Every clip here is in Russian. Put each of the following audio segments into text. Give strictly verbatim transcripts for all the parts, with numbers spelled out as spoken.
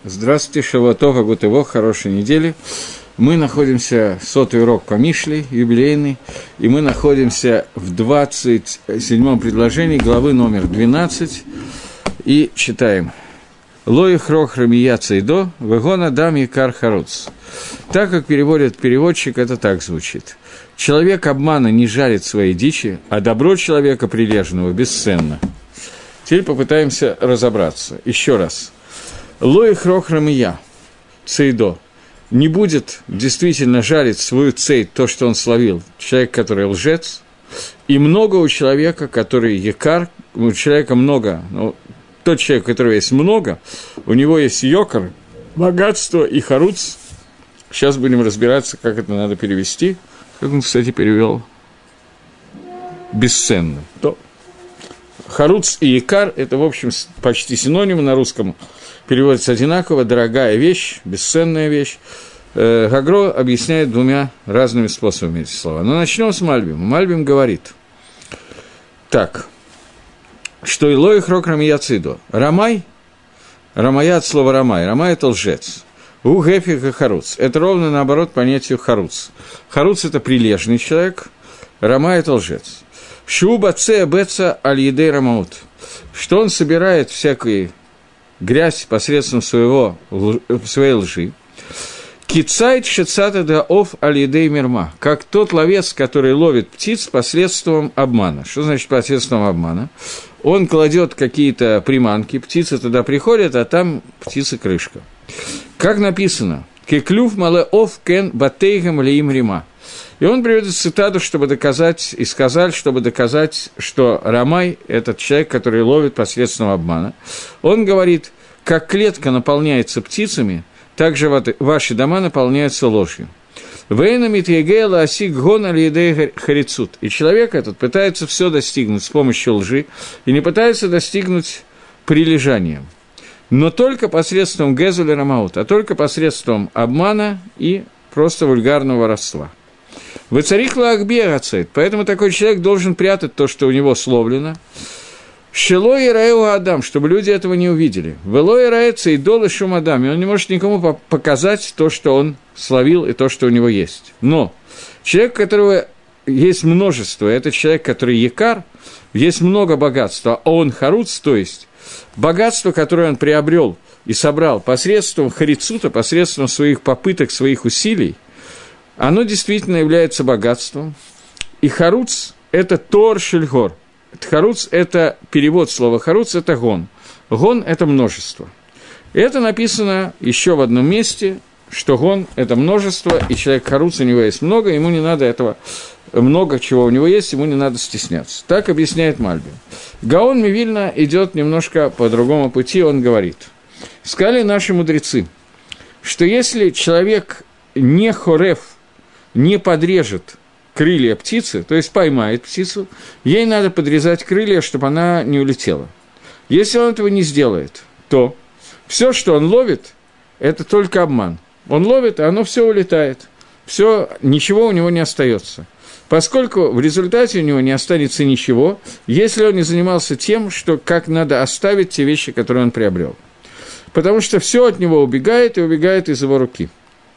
Здравствуйте, Шавуатов, Агутывох, хорошей недели. Мы находимся, сотый урок по Мишле, юбилейный, и мы находимся в двадцать седьмом предложении главы номер двенадцать, и читаем. «Лои хрох рамия цейдо, вегон адам якар харуц». Так как переводит переводчик, это так звучит. «Человек обмана не жарит своей дичи, а добро человека прилежного бесценно». Теперь попытаемся разобраться. Еще раз. «Лои хрох рамия цейдо». Не будет действительно жарить свою цейд, то, что он словил, человек, который лжец, и много у человека, который якар, у человека много, ну, тот человек, у которого есть много, у него есть йокар, богатство и харуц. Сейчас будем разбираться, как это надо перевести. Как он, кстати, перевел? Бесценно. То. Харуц и якар – это, в общем, почти синонимы на русском. Переводится одинаково, дорогая вещь, бесценная вещь. Гагро объясняет двумя разными способами эти слова. Но начнем с Мальбима. Мальбим говорит так, что «Илой хрок рамия цидо». Рамай, рамая от слова рамай, рамай – это лжец. У гэфик и харуц. Это ровно наоборот понятию харуц. Харуц – это прилежный человек, рамай – это лжец. Шу баце беца аль-едей рамаут. Что он собирает всякие грязь посредством своего, своей лжи. Кицайт шецата даов аль-едей мирма, как тот ловец, который ловит птиц посредством обмана. Что значит посредством обмана? Он кладет какие-то приманки, птицы туда приходят, а там птица крышка. Как написано, кеклюв мале ов кен батейгам леим рима. И он приводит цитату, чтобы доказать, и сказал, чтобы доказать, что Рамай – это человек, который ловит посредством обмана. Он говорит, как клетка наполняется птицами, так же ваши дома наполняются ложью. И человек этот пытается все достигнуть с помощью лжи, и не пытается достигнуть прилежанием. Но только посредством гезуля рамаут, а только посредством обмана и просто вульгарного воровства. Вы царихла акбегацет, поэтому такой человек должен прятать то, что у него словлено. Шело и раэу адам, чтобы люди этого не увидели. Вело и раэца и долы шум адам, и он не может никому показать то, что он словил, и то, что у него есть. Но человек, у которого есть множество, это человек, который якар, есть много богатства, а он харуц, то есть богатство, которое он приобрел и собрал посредством харицута, посредством своих попыток, своих усилий, оно действительно является богатством. И харуц – это тор шельгор. Харуц – это перевод слова харуц – это гон. Гон – это множество. И это написано еще в одном месте, что гон – это множество, и человек харуц, у него есть много, ему не надо этого, много чего у него есть, ему не надо стесняться. Так объясняет Мальбим. Гаон Мивильна идет немножко по другому пути, он говорит. Сказали наши мудрецы, что если человек не хорев, не подрежет крылья птицы, то есть поймает птицу, ей надо подрезать крылья, чтобы она не улетела. Если он этого не сделает, то все, что он ловит, это только обман. Он ловит, а оно все улетает. Все, ничего у него не остается. Поскольку в результате у него не останется ничего, если он не занимался тем, что как надо оставить те вещи, которые он приобрел. Потому что все от него убегает и убегает из его руки.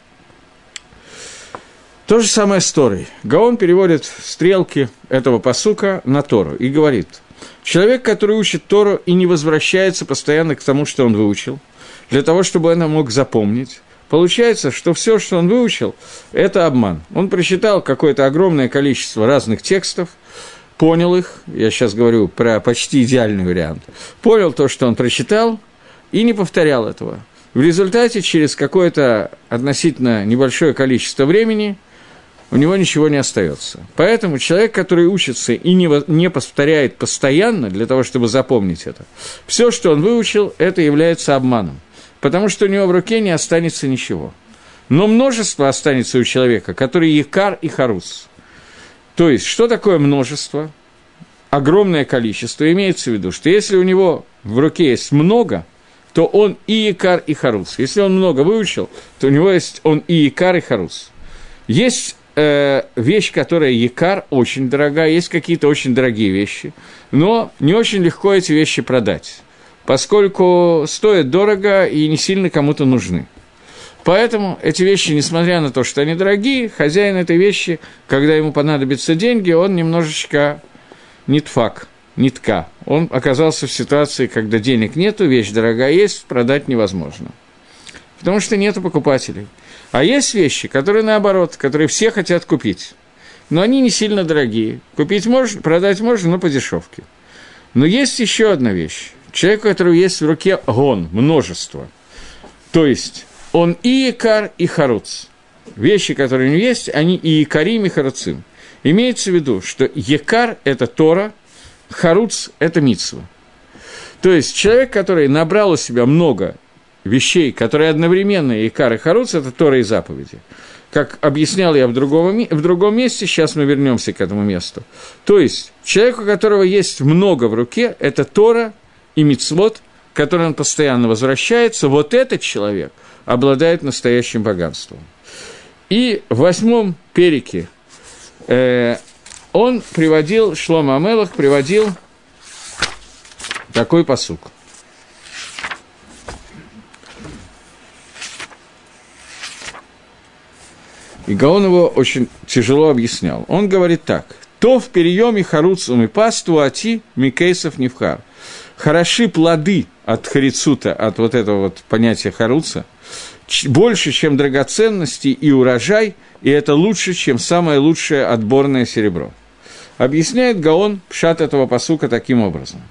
То же самое с Торой. Гаон переводит стрелки этого пасука на Тору и говорит, человек, который учит Тору и не возвращается постоянно к тому, что он выучил, для того, чтобы он мог запомнить, получается, что все, что он выучил, это обман. Он прочитал какое-то огромное количество разных текстов, понял их, я сейчас говорю про почти идеальный вариант, понял то, что он прочитал, и не повторял этого. В результате, через какое-то относительно небольшое количество времени, у него ничего не остается. Поэтому человек, который учится и не, не повторяет постоянно, для того, чтобы запомнить это, все, что он выучил, это является обманом, потому что у него в руке не останется ничего. Но множество останется у человека, который якар и харус. То есть, что такое множество? Огромное количество. Имеется в виду, что если у него в руке есть много, то он и якар, и харус. Если он много выучил, то у него есть он и якар, и харус. Есть вещь, которая якар, очень дорогая, есть какие-то очень дорогие вещи, но не очень легко эти вещи продать. поскольку стоят дорого и не сильно кому-то нужны. Поэтому эти вещи, несмотря на то, что они дорогие, хозяин этой вещи, когда ему понадобятся деньги, он немножечко нитфак, нитка. Он оказался в ситуации, когда денег нету, вещь дорогая есть, продать невозможно. Потому что нету покупателей. А есть вещи, которые наоборот, которые все хотят купить. Но они не сильно дорогие. Купить можно, продать можно, но по дешевке. Но есть еще одна вещь. Человек, у которого есть в руке гон, множество. То есть он и икар, и харуц. Вещи, которые у него есть, они и икарим, и харуцим. Имеется в виду, что икар – это Тора, харуц – это мицва. То есть человек, который набрал у себя много вещей, которые одновременно икар и харуц – это Тора и заповеди. Как объяснял я в другом, в другом месте, сейчас мы вернемся к этому месту. То есть человек, у которого есть много в руке – это Тора и мицвот, к которым он постоянно возвращается, вот этот человек – обладает настоящим богатством. И в восьмом перике э, он приводил, Шломо ха-Мелех приводил такой пасук. И Гаон его очень тяжело объяснял. Он говорит так. «То в перееме харуцум и пасту ати микейсов невхар». Хороши плоды от харицута, от вот этого вот понятия харуца, больше, чем драгоценности и урожай, и это лучше, чем самое лучшее отборное серебро. Объясняет Гаон пшат этого пасука таким образом.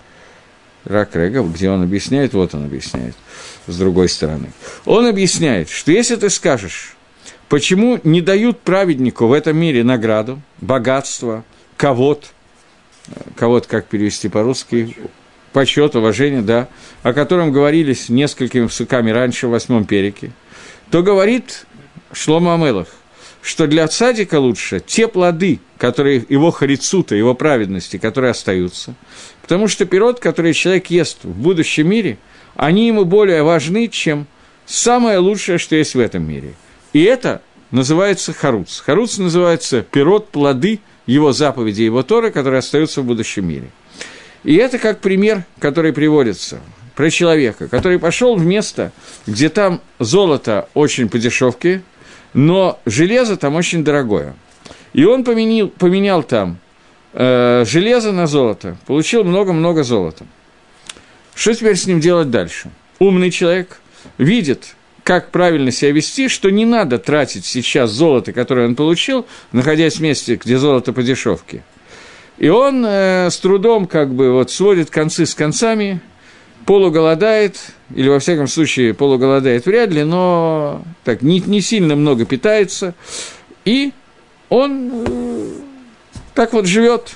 Рак Регов, где он объясняет, вот он объясняет, с другой стороны. Он объясняет, что если ты скажешь, почему не дают праведнику в этом мире награду, богатство, кавод, кавод как перевести по-русски, почет, уважение, да, о котором говорились несколькими псуками раньше в восьмом перике, то говорит Шломо ха-Мелех, что для цадика лучше те плоды, которые его харицута, его праведности, которые остаются, потому что пирот, который человек ест в будущем мире, они ему более важны, чем самое лучшее, что есть в этом мире. И это называется харуц. Харуц называется пирот, плоды его заповеди, его Торы, которые остаются в будущем мире. И это как пример, который приводится про человека, который пошел в место, где там золото очень по дешевке, но железо там очень дорогое. И он поменял, поменял там э, железо на золото, получил много-много золота. Что теперь с ним делать дальше? Умный человек видит, как правильно себя вести, что не надо тратить сейчас золото, которое он получил, находясь в месте, где золото по дешевке. И он э, с трудом как бы вот сводит концы с концами, полуголодает, или во всяком случае полуголодает вряд ли, но так не, не сильно много питается, и он э, так вот живет.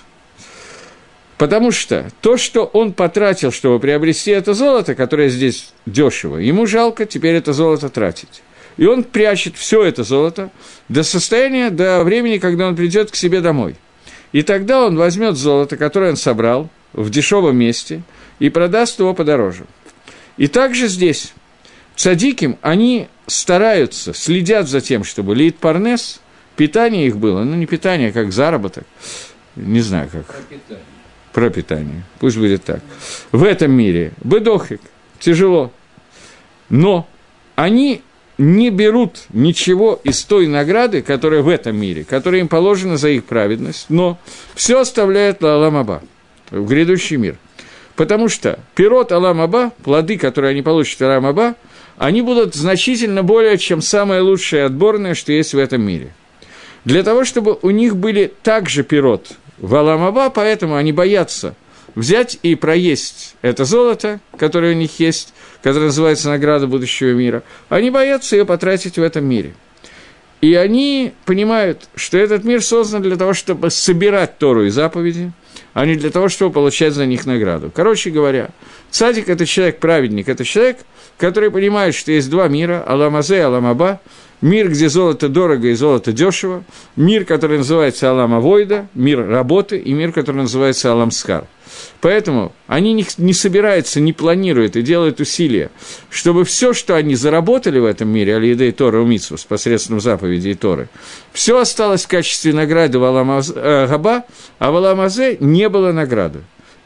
Потому что то, что он потратил, чтобы приобрести это золото, которое здесь дешево, ему жалко теперь это золото тратить. И он прячет все это золото до состояния, до времени, когда он придет к себе домой. И тогда он возьмет золото, которое он собрал в дешевом месте, и продаст его подороже. И также здесь цадиким, они стараются, следят за тем, чтобы лит парнес, питание их было, ну не питание, как заработок, не знаю как. Пропитание. Пропитание, пусть будет так. В этом мире бедохик, тяжело, но они не берут ничего из той награды, которая в этом мире, которая им положена за их праведность, но все оставляют лалам аба, в грядущий мир. Потому что пирот алам аба, плоды, которые они получат в алам аба, они будут значительно более, чем самое лучшее отборное, что есть в этом мире. Для того, чтобы у них были также пирот в алам аба, поэтому они боятся взять и проесть это золото, которое у них есть, которое называется награда будущего мира, они боятся ее потратить в этом мире. И они понимают, что этот мир создан для того, чтобы собирать Тору и заповеди, а не для того, чтобы получать за них награду. Короче говоря, цадик – это человек-праведник, это человек, который понимает, что есть два мира – алам азе и алам аба, мир, где золото дорого и золото дешево, мир, который называется алам авойда, мир работы, и мир, который называется алам схар. Поэтому они не, не собираются, не планируют и делают усилия, чтобы все, что они заработали в этом мире, аль-едей Тора умитсвус, посредством заповедей Торы, все осталось в качестве награды в алам аба, а в алам азе не было награды.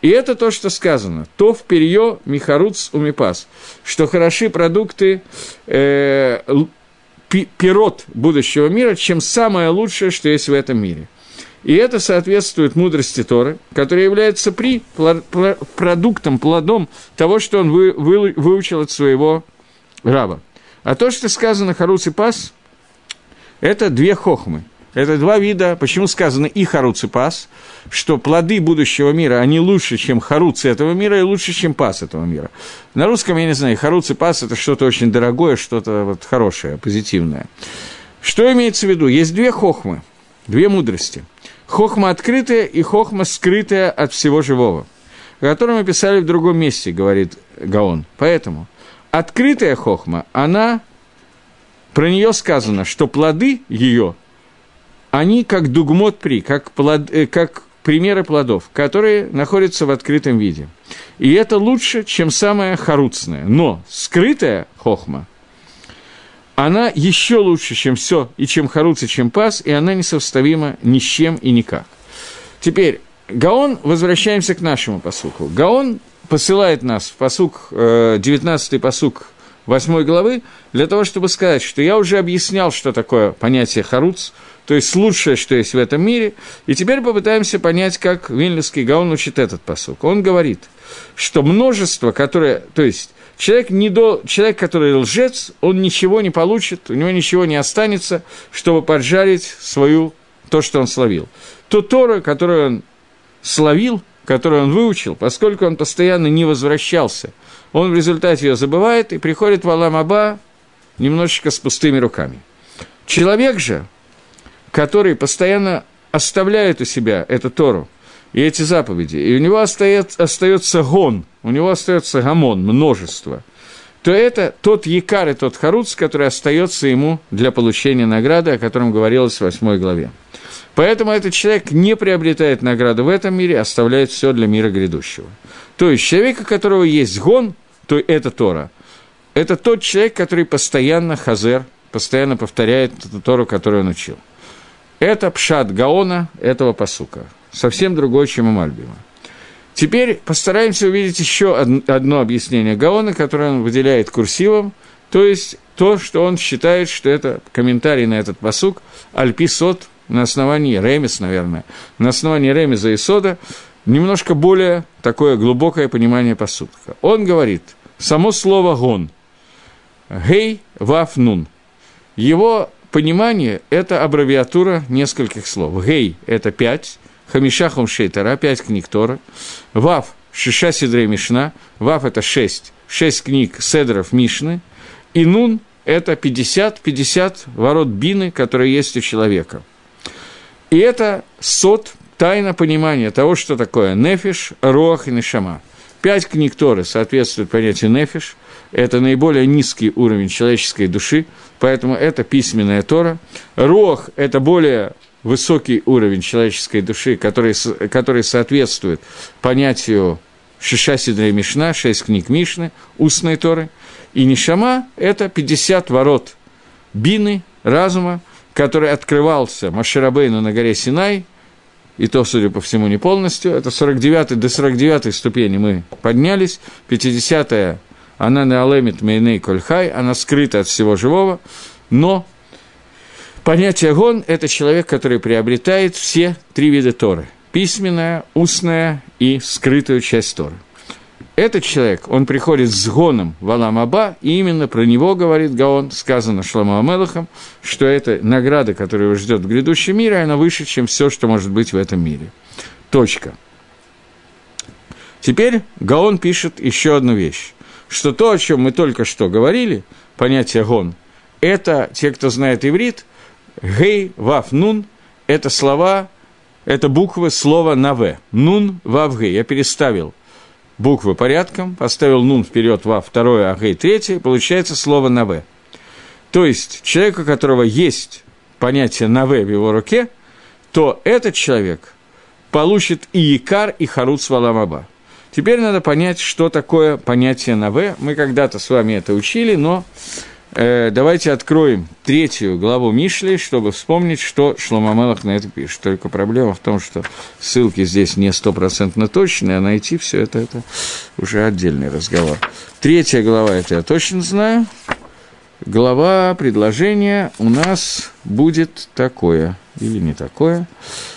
И это то, что сказано. «Тов перьё михаруц умипас», что хороши продукты э, пирот будущего мира, чем самое лучшее, что есть в этом мире. И это соответствует мудрости Торы, которая является при, продуктом, плодом того, что он вы, вы, выучил от своего раба. А то, что сказано «харуц и пас», это две хохмы. Это два вида, почему сказано и харуц, и пас, что плоды будущего мира, они лучше, чем харуц этого мира, и лучше, чем пас этого мира. На русском, я не знаю, харуц и пас – это что-то очень дорогое, что-то вот хорошее, позитивное. Что имеется в виду? Есть две хохмы, две мудрости. Хохма открытая и хохма скрытая от всего живого, о котором мы писали в другом месте, говорит Гаон. Поэтому открытая хохма, она, про нее сказано, что плоды ее – они как дугмот при, как, плод, э, как примеры плодов, которые находятся в открытом виде. И это лучше, чем самое харуцное. Но скрытая хохма, она еще лучше, чем все, и чем харуц, и чем пас, и она несовставима ни с чем и никак. Теперь, Гаон, возвращаемся к нашему пасуку. Гаон посылает нас в пасук, э, девятнадцатый пасук восьмой главы, для того, чтобы сказать, что я уже объяснял, что такое понятие харуц, то есть лучшее, что есть в этом мире, и теперь попытаемся понять, как Вильнюсский Гаон учит этот пасук. Он говорит, что множество, которое, то есть человек, не до, человек, который лжец, он ничего не получит, у него ничего не останется, чтобы поджарить свою, то, что он словил. То Тора, которую он словил, которую он выучил, поскольку он постоянно не возвращался, он в результате ее забывает и приходит в Олам Аба немножечко с пустыми руками. Человек же, который постоянно оставляет у себя эту Тору и эти заповеди, и у него остается, остается гон, у него остается гамон, множество, то это тот якар и тот харуц, который остается ему для получения награды, о котором говорилось в восьмой главе. Поэтому этот человек не приобретает награду в этом мире, оставляет все для мира грядущего. То есть человек, у которого есть гон, то это Тора, это тот человек, который постоянно хазер, постоянно повторяет ту Тору, которую он учил. Это пшат Гаона этого пасука, совсем другой, чем у Мальбима. Теперь постараемся увидеть еще одно объяснение Гаона, которое он выделяет курсивом, то есть то, что он считает, что это комментарий на этот пасук, Аль-Пи Сод, на основании Ремес, наверное, на основании Ремеза и Сода, немножко более такое глубокое понимание пасука. Он говорит, само слово «гон», «гей ваф нун», его понимание – это аббревиатура нескольких слов. «Гей» – это пять, «хамиша хумшей Тора», пять книг Тора, «вав» – шиша сидрей Мишна, «вав» – это шесть, шесть книг седров Мишны, и «нун» – это пятьдесят, пятьдесят ворот бины, которые есть у человека. И это сот, тайна понимания того, что такое нефиш, роах и нешама. Пять книг Торы соответствуют понятию нефиш, это наиболее низкий уровень человеческой души, поэтому это письменная Тора. Роах – это более высокий уровень человеческой души, который, который соответствует понятию шиша сидрей Мишна, шесть книг Мишны, устной Торы. И нешама – это пятьдесят ворот бины, разума, который открывался Моше Рабейну на горе Синай, и то, судя по всему, не полностью. Это сорок девятый, до сорок девятой ступени мы поднялись, пятидесятая она неалемит мейней кольхай, она скрыта от всего живого, но понятие гон – это человек, который приобретает все три вида Торы – письменная, устная и скрытую часть Торы. Этот человек, он приходит с гоном в Олам Аба, и именно про него, говорит Гаон, сказано Шломо ха-Мелехом, что это награда, которая его ждет в грядущем мире, она выше, чем все, что может быть в этом мире. Точка. Теперь Гаон пишет еще одну вещь, что то, о чем мы только что говорили, понятие гон, это, те, кто знает иврит, гей, вав, нун, это слова, это буквы слова наве, нун, вав, гей, я переставил буквы порядком, поставил нун вперед, вав второе, а гей третье, получается слово наве. То есть, человек, у которого есть понятие наве в его руке, то этот человек получит и якар, и харуц в Олам Аба. Теперь надо понять, что такое понятие наве. Мы когда-то с вами это учили, но э, давайте откроем третью главу Мишли, чтобы вспомнить, что Шломо Амелех на это пишет. Только проблема в том, что ссылки здесь не стопроцентно точные, а найти все это, это уже отдельный разговор. Третья глава, это я точно знаю. Глава предложения у нас будет такое, или не такое.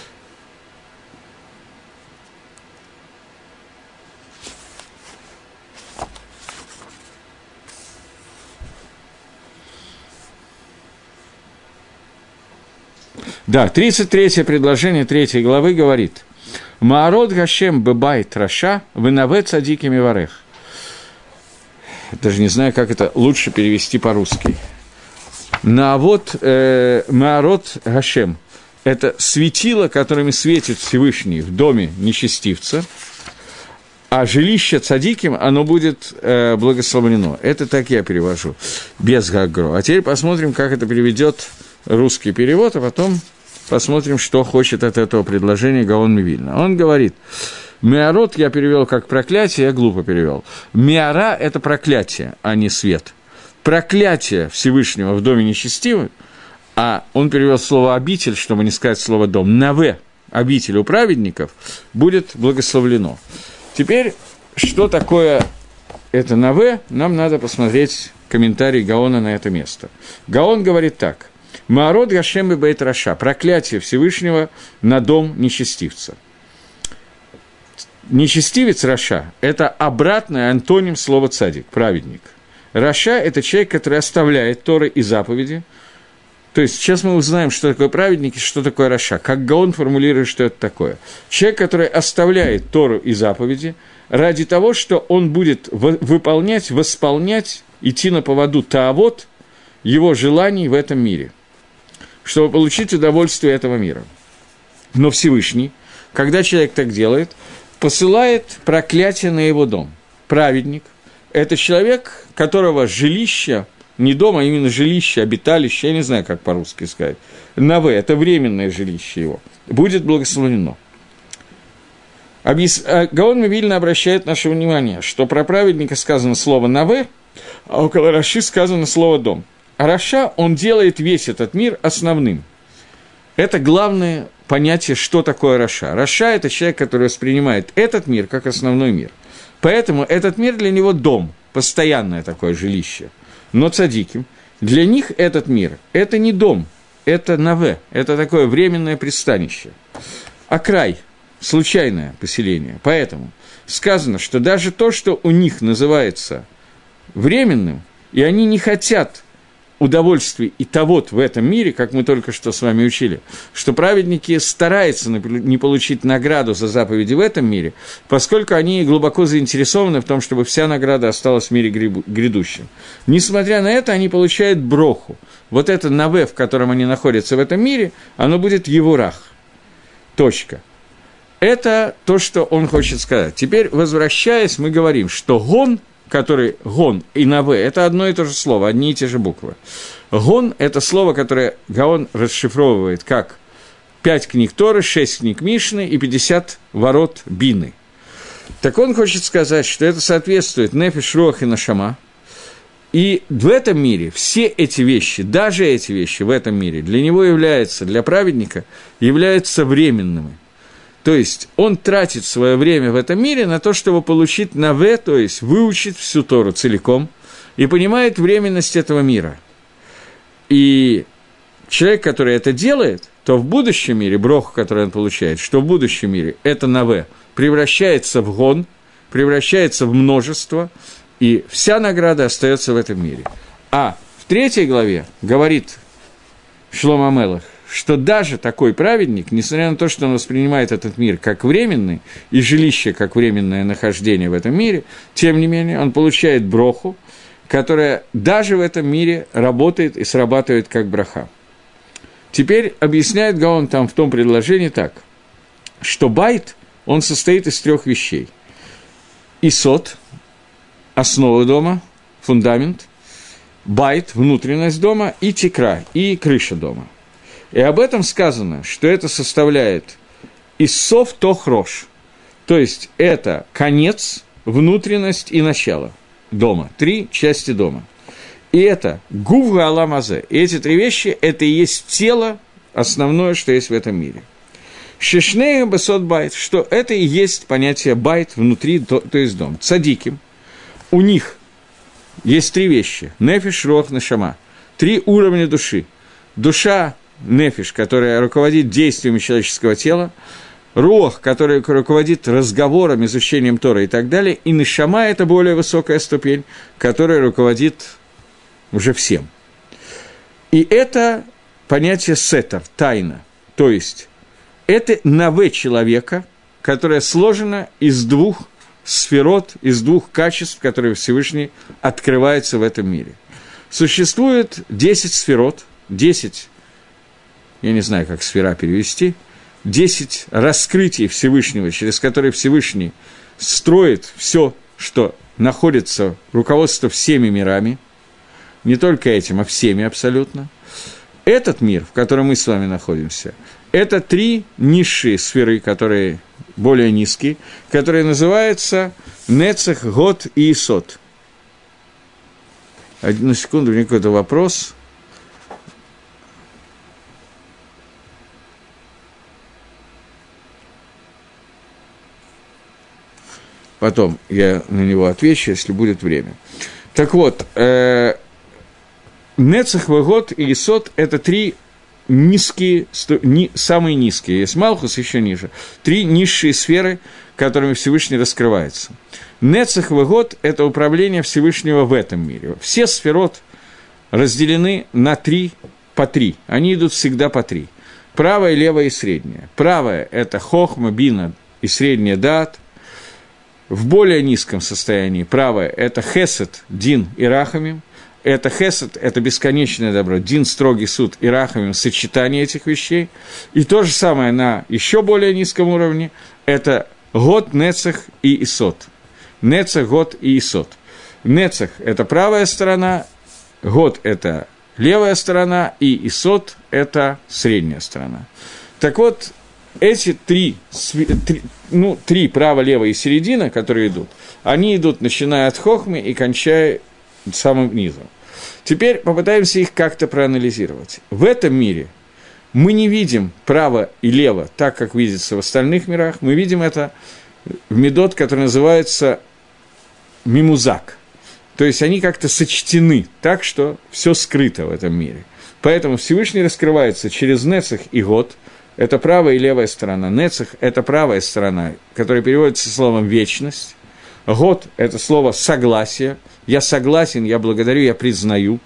Да, тридцать третье предложение третьей главы говорит: «Маарот гашем бебайт раша венаве цадиким и варех». Даже не знаю, как это лучше перевести по-русски. Наавот э, Маарот гашем – это светило, которыми светит Всевышний в доме нечестивца, а жилище цадиким, оно будет э, благословлено. Это так я перевожу, без гагро. А теперь посмотрим, как это переведет русский перевод, а потом посмотрим, что хочет от этого предложения Гаон Мивильна. Он говорит: «Меарот» я перевел как проклятие, я глупо перевел. «Меара» – это проклятие, а не свет. Проклятие Всевышнего в доме нечестивых, а он перевел слово «обитель», чтобы не сказать слово «дом», «наве», обитель у праведников, будет благословлено. Теперь, что такое это «наве», нам надо посмотреть комментарий Гаона на это место. Гаон говорит так: «Маарот гашем бебейт раша» – проклятие Всевышнего на дом нечестивца. Нечестивец раша – это обратный антоним слова цадик, праведник. Раша – это человек, который оставляет Торы и заповеди. То есть сейчас мы узнаем, что такое праведник и что такое раша. Как Гаон формулирует, что это такое. Человек, который оставляет Тору и заповеди ради того, что он будет выполнять, восполнять, идти на поводу таавот, его желаний в этом мире, чтобы получить удовольствие этого мира. Но Всевышний, когда человек так делает, посылает проклятие на его дом. Праведник – это человек, которого жилище, не дом, а именно жилище, обиталище, я не знаю, как по-русски сказать, наве – это временное жилище его, будет благословено. Объяс... Гаон Мивильна обращает наше внимание, что про праведника сказано слово «наве», а около Раши сказано слово «дом». А Раша, он делает весь этот мир основным. Это главное понятие, что такое Раша. Раша – это человек, который воспринимает этот мир как основной мир. Поэтому этот мир для него дом, постоянное такое жилище. Но цадиким, для них этот мир – это не дом, это наве, это такое временное пристанище. А край – случайное поселение. Поэтому сказано, что даже то, что у них называется временным, и они не хотят удовольствий и того в этом мире, как мы только что с вами учили, что праведники стараются не получить награду за заповеди в этом мире, поскольку они глубоко заинтересованы в том, чтобы вся награда осталась в мире грядущем. Несмотря на это, они получают броху. Вот это наве, в котором они находятся в этом мире, оно будет евурах. Точка. Это то, что он хочет сказать. Теперь, возвращаясь, мы говорим, что гон, который гон и наве, это одно и то же слово, одни и те же буквы. Гон – это слово, которое Гаон расшифровывает как пять книг Торы, шесть книг Мишны и пятьдесят ворот Бины. Так он хочет сказать, что это соответствует нефеш, руах и нашама. И в этом мире все эти вещи, даже эти вещи в этом мире, для него являются, для праведника, являются временными. То есть он тратит свое время в этом мире на то, чтобы получить наве, то есть выучить всю Тору целиком, и понимает временность этого мира. И человек, который это делает, то в будущем мире, броху, который он получает, что в будущем мире это наве превращается в гон, превращается в множество, и вся награда остается в этом мире. А в третьей главе говорит Шломо Амелех, что даже такой праведник, несмотря на то, что он воспринимает этот мир как временный, и жилище как временное нахождение в этом мире, тем не менее он получает броху, которая даже в этом мире работает и срабатывает как браха. Теперь объясняет Гаон там в том предложении так, что байт, он состоит из трех вещей. Исот, основа дома, фундамент, байт, внутренность дома, и тикра, и крыша дома. И об этом сказано, что это составляет иссов тох рош, то есть это конец, внутренность и начало дома, три части дома. И это гув гаалам азе. И эти три вещи – это и есть тело, основное, что есть в этом мире. Шишнея бесот байт, что это и есть понятие байт внутри, то, то есть дом. Цадиким. У них есть три вещи. Нефиш, руах, нешама. Три уровня души. Душа, нефиш, которая руководит действиями человеческого тела. Руах, который руководит разговором, изучением Торы и так далее. И нешама – это более высокая ступень, которая руководит уже всем. И это понятие сетер, тайна. То есть, это наве человека, которое сложено из двух сферот, из двух качеств, которые Всевышний открывается в этом мире. Существует десять сферот, десять, я не знаю, как сфера перевести, десять раскрытий Всевышнего, через которые Всевышний строит все, что находится в руководстве всеми мирами, не только этим, а всеми абсолютно. Этот мир, в котором мы с вами находимся, это три низшие сферы, которые более низкие, которые называются Нецех, Год и Исот. Одну секунду, у меня какой-то вопрос. Потом я на него отвечу, если будет время. Так вот, э, Нецех, Год и Исот – это три низкие, ни, самые низкие, есть Малхус еще ниже, три низшие сферы, которыми Всевышний раскрывается. Нецех Год – это управление Всевышнего в этом мире. Все сферот разделены на три по три, они идут всегда по три. Правая, левая и средняя. Правая – это Хохма, Бина и средняя Даат. В более низком состоянии правая – это Хесед, Дин и Рахамим. Это хесед, это бесконечное добро, дин, строгий суд и рахамим, сочетание этих вещей. И то же самое на еще более низком уровне, это год, нецех и исот. Нецех, год и исот. Нецех – это правая сторона, год – это левая сторона, и исот – это средняя сторона. Так вот, эти три, три, ну, три право, лево и середина, которые идут, они идут, начиная от хохмы и кончая самым низом. Теперь попытаемся их как-то проанализировать. В этом мире мы не видим право и лево так, как видится в остальных мирах. Мы видим это в медот, который называется мимузак. То есть они как-то сочтены так, что все скрыто в этом мире. Поэтому Всевышний раскрывается через Нецех и Год. Это правая и левая сторона. Нецех – это правая сторона, которая переводится словом «вечность». Год – это слово «согласие». Я согласен, я благодарю, я признаю.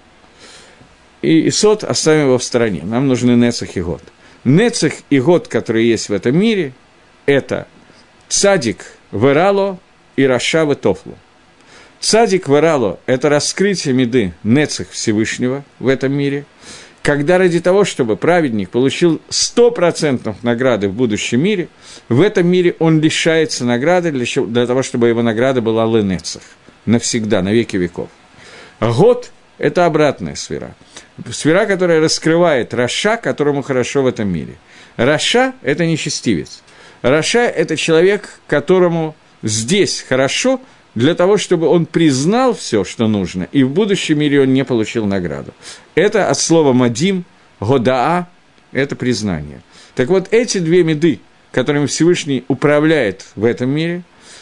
И Исот оставим его в стороне. Нам нужны Нецех и Год. Нецех и Год, которые есть в этом мире, это Цадик Верало и Раша Ветофло. Цадик Верало – это раскрытие меды Нецех Всевышнего в этом мире, когда ради того, чтобы праведник получил сто процентов награды в будущем мире, в этом мире он лишается награды для, для того, чтобы его награда была Ленецех. Навсегда, на веки веков. Год – это обратная сфера. Сфера, которая раскрывает Раша, которому хорошо в этом мире. Раша – это нечестивец. Раша – это человек, которому здесь хорошо, для того, чтобы он признал все, что нужно, и в будущем мире он не получил награду. Это от слова «мадим», «годаа» – это признание. Так вот, эти две меды, которыми Всевышний управляет в этом мире,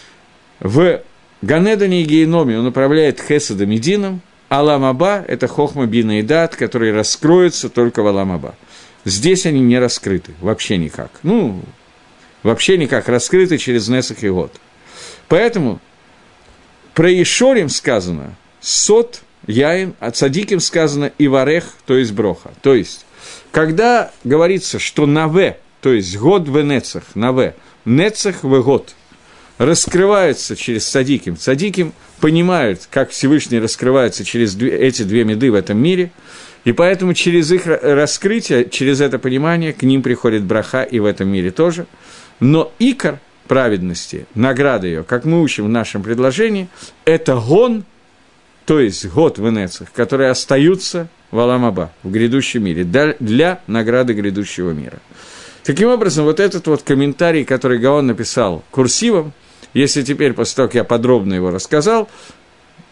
в Ганедане и Гейноме он управляет Хеседом и Дином, Алам Аба – это Хохма, Бина и Дат, которые раскроются только в Алам Аба. Здесь они не раскрыты, вообще никак. Ну, вообще никак, раскрыты через Несах и Год. Поэтому про Ишорим сказано «сот», «яин», а цадиким сказано «иварех», то есть «броха». То есть, когда говорится, что «наве», то есть «год в нецах», «наве», «нецах в год», раскрываются через цадиким. Цадиким понимают, как Всевышний раскрывается через две, эти две меды в этом мире, и поэтому через их раскрытие, через это понимание к ним приходит браха и в этом мире тоже. Но икор праведности, награда ее, как мы учим в нашем предложении, это гон, то есть год в нецах, которые остаются в Алам Аба, в грядущем мире, для, для награды грядущего мира. Таким образом, вот этот вот комментарий, который Гаон написал курсивом, если теперь, после того, как я подробно его рассказал,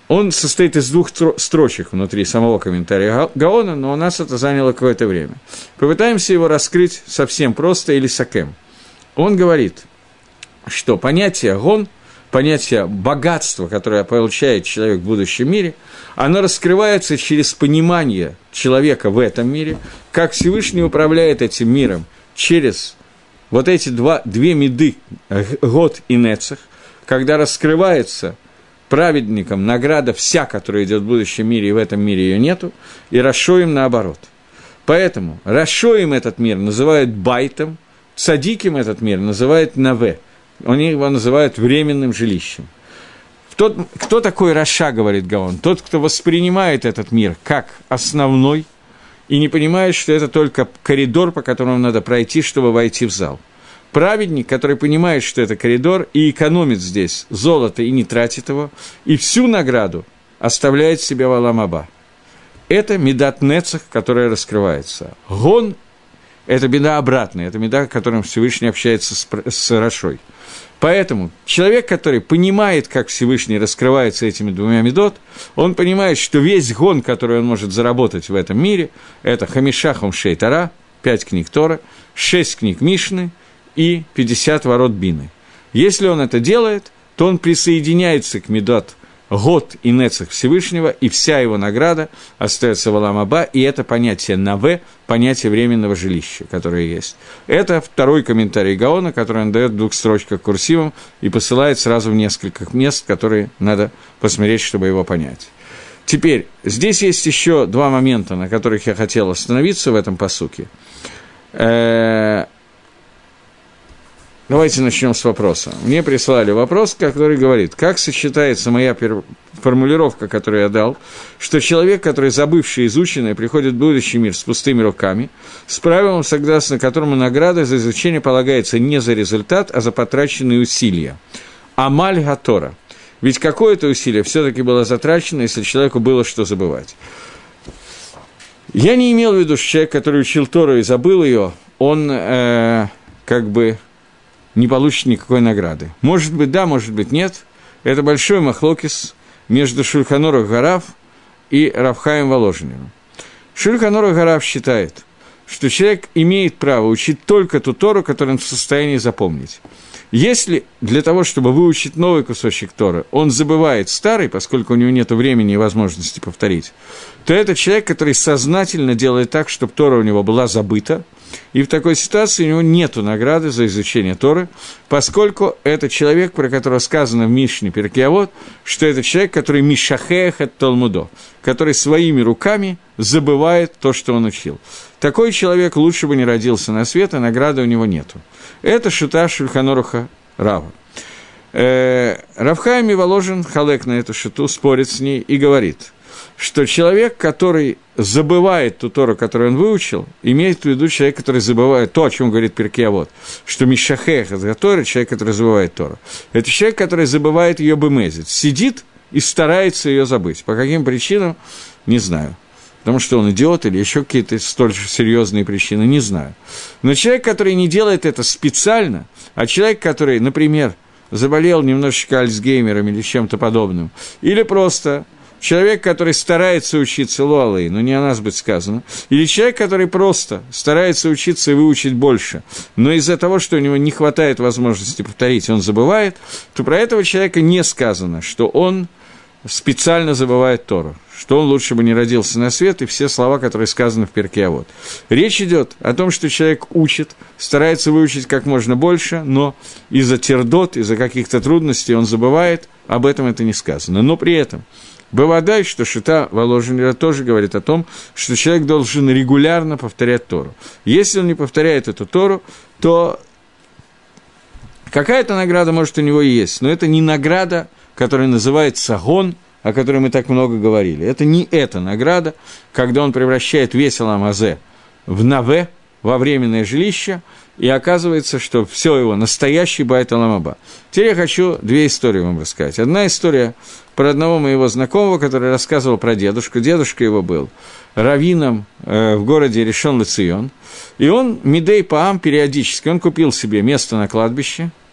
Он состоит из двух строчек внутри самого комментария Гаона, но у нас это заняло какое-то время. Попытаемся его раскрыть совсем просто или сакем. Он говорит, что понятие гон, понятие богатства, которое получает человек в будущем мире, оно раскрывается через понимание человека в этом мире, как Всевышний управляет этим миром через вот эти два, две меды, год и нецах, когда раскрывается праведникам награда вся, которая идет в будущем мире, и в этом мире ее нету, и расшоим наоборот. Поэтому расшоим этот мир называют байтом, цадиким этот мир называют наве, они его называют временным жилищем. Тот, кто такой Раша, говорит Гаон? Тот, кто воспринимает этот мир как основной и не понимает, что это только коридор, по которому надо пройти, чтобы войти в зал. Праведник, который понимает, что это коридор, и экономит здесь золото и не тратит его, и всю награду оставляет себе в Олам Аба. Это медат нецах, которая раскрывается. Гон – это беда обратная, это беда, которым Всевышний общается с, с Рашой. Поэтому человек, который понимает, как Всевышний раскрывается этими двумя медот, он понимает, что весь гон, который он может заработать в этом мире, это Хамиша Хумшей Тора, пять книг Тора, шесть книг Мишны и пятьдесят ворот Бины. Если он это делает, то он присоединяется к медот год и нецах Всевышнего, и вся его награда остается в Олам Аба, и это понятие наве, понятие временного жилища, которое есть. Это второй комментарий Гаона, который он дает в двух строчках курсивом и посылает сразу в несколько мест, которые надо посмотреть, чтобы его понять. Теперь, здесь есть еще два момента, на которых я хотел остановиться в этом пасуке. Давайте начнем с вопроса. Мне прислали вопрос, который говорит, как сочетается моя пер... формулировка, которую я дал, что человек, который забывший изученное, приходит в будущий мир с пустыми руками, с правилом, согласно которому награда за изучение полагается не за результат, а за потраченные усилия. Амаль гатора. Ведь какое-то усилие все-таки было затрачено, если человеку было что забывать. Я не имел в виду, что человек, который учил Тору и забыл ее, он э, как бы... не получит никакой награды. Может быть, да, может быть, нет. Это большой махлокис между Шульхан Арух Гарав и Рав Хаим Воложениным. Шульхан Арух Гарав считает, что человек имеет право учить только ту Тору, которую он в состоянии запомнить. Если для того, чтобы выучить новый кусочек Торы, он забывает старый, поскольку у него нет времени и возможности повторить, то это человек, который сознательно делает так, чтобы Тора у него была забыта, и в такой ситуации у него нет награды за изучение Торы, поскольку это человек, про которого сказано в Мишне Перкей Авот, что это человек, который мишахех эт Талмудо, который своими руками забывает то, что он учил. Такой человек лучше бы не родился на свет, а награды у него нету. Это шута Шульхан Аруха Рава. Э, Рав Хаим Воложен халек на эту шуту, спорит с ней и говорит, что человек, который забывает ту Тору, которую он выучил, имеет в виду человек, который забывает то, о чем говорит Перкей Авот, что мишахех это Тора, человек, который забывает Тору. Это человек, который забывает ее бемезит, сидит и старается ее забыть. По каким причинам, не знаю. Потому что он идиот или еще какие-то столь же серьезные причины, не знаю. Но человек, который не делает это специально, а человек, который, например, заболел немножечко Альцгеймером или чем-то подобным, или просто человек, который старается учиться луалей, но не о нас будет сказано, или человек, который просто старается учиться и выучить больше, но из-за того, что у него не хватает возможности повторить, он забывает, то про этого человека не сказано, что он специально забывает Тору, что он лучше бы не родился на свет, и все слова, которые сказаны в Перкей Авот. Речь идет о том, что человек учит, старается выучить как можно больше, но из-за тердот, из-за каких-то трудностей он забывает, об этом это не сказано. Но при этом бывает, что шута Воложенера тоже говорит о том, что человек должен регулярно повторять Тору. Если он не повторяет эту Тору, то какая-то награда, может, у него и есть, но это не награда, которая называется гон, о которой мы так много говорили. Это не эта награда, когда он превращает весь Олам Азе в наве, во временное жилище, и оказывается, что все его настоящий байт Олам Аба. Теперь я хочу две истории вам рассказать. Одна история про одного моего знакомого, который рассказывал про дедушку. Дедушка его был раввином э, в городе Ришон ле Цион, и он мидей паам периодически, он купил себе место на кладбище,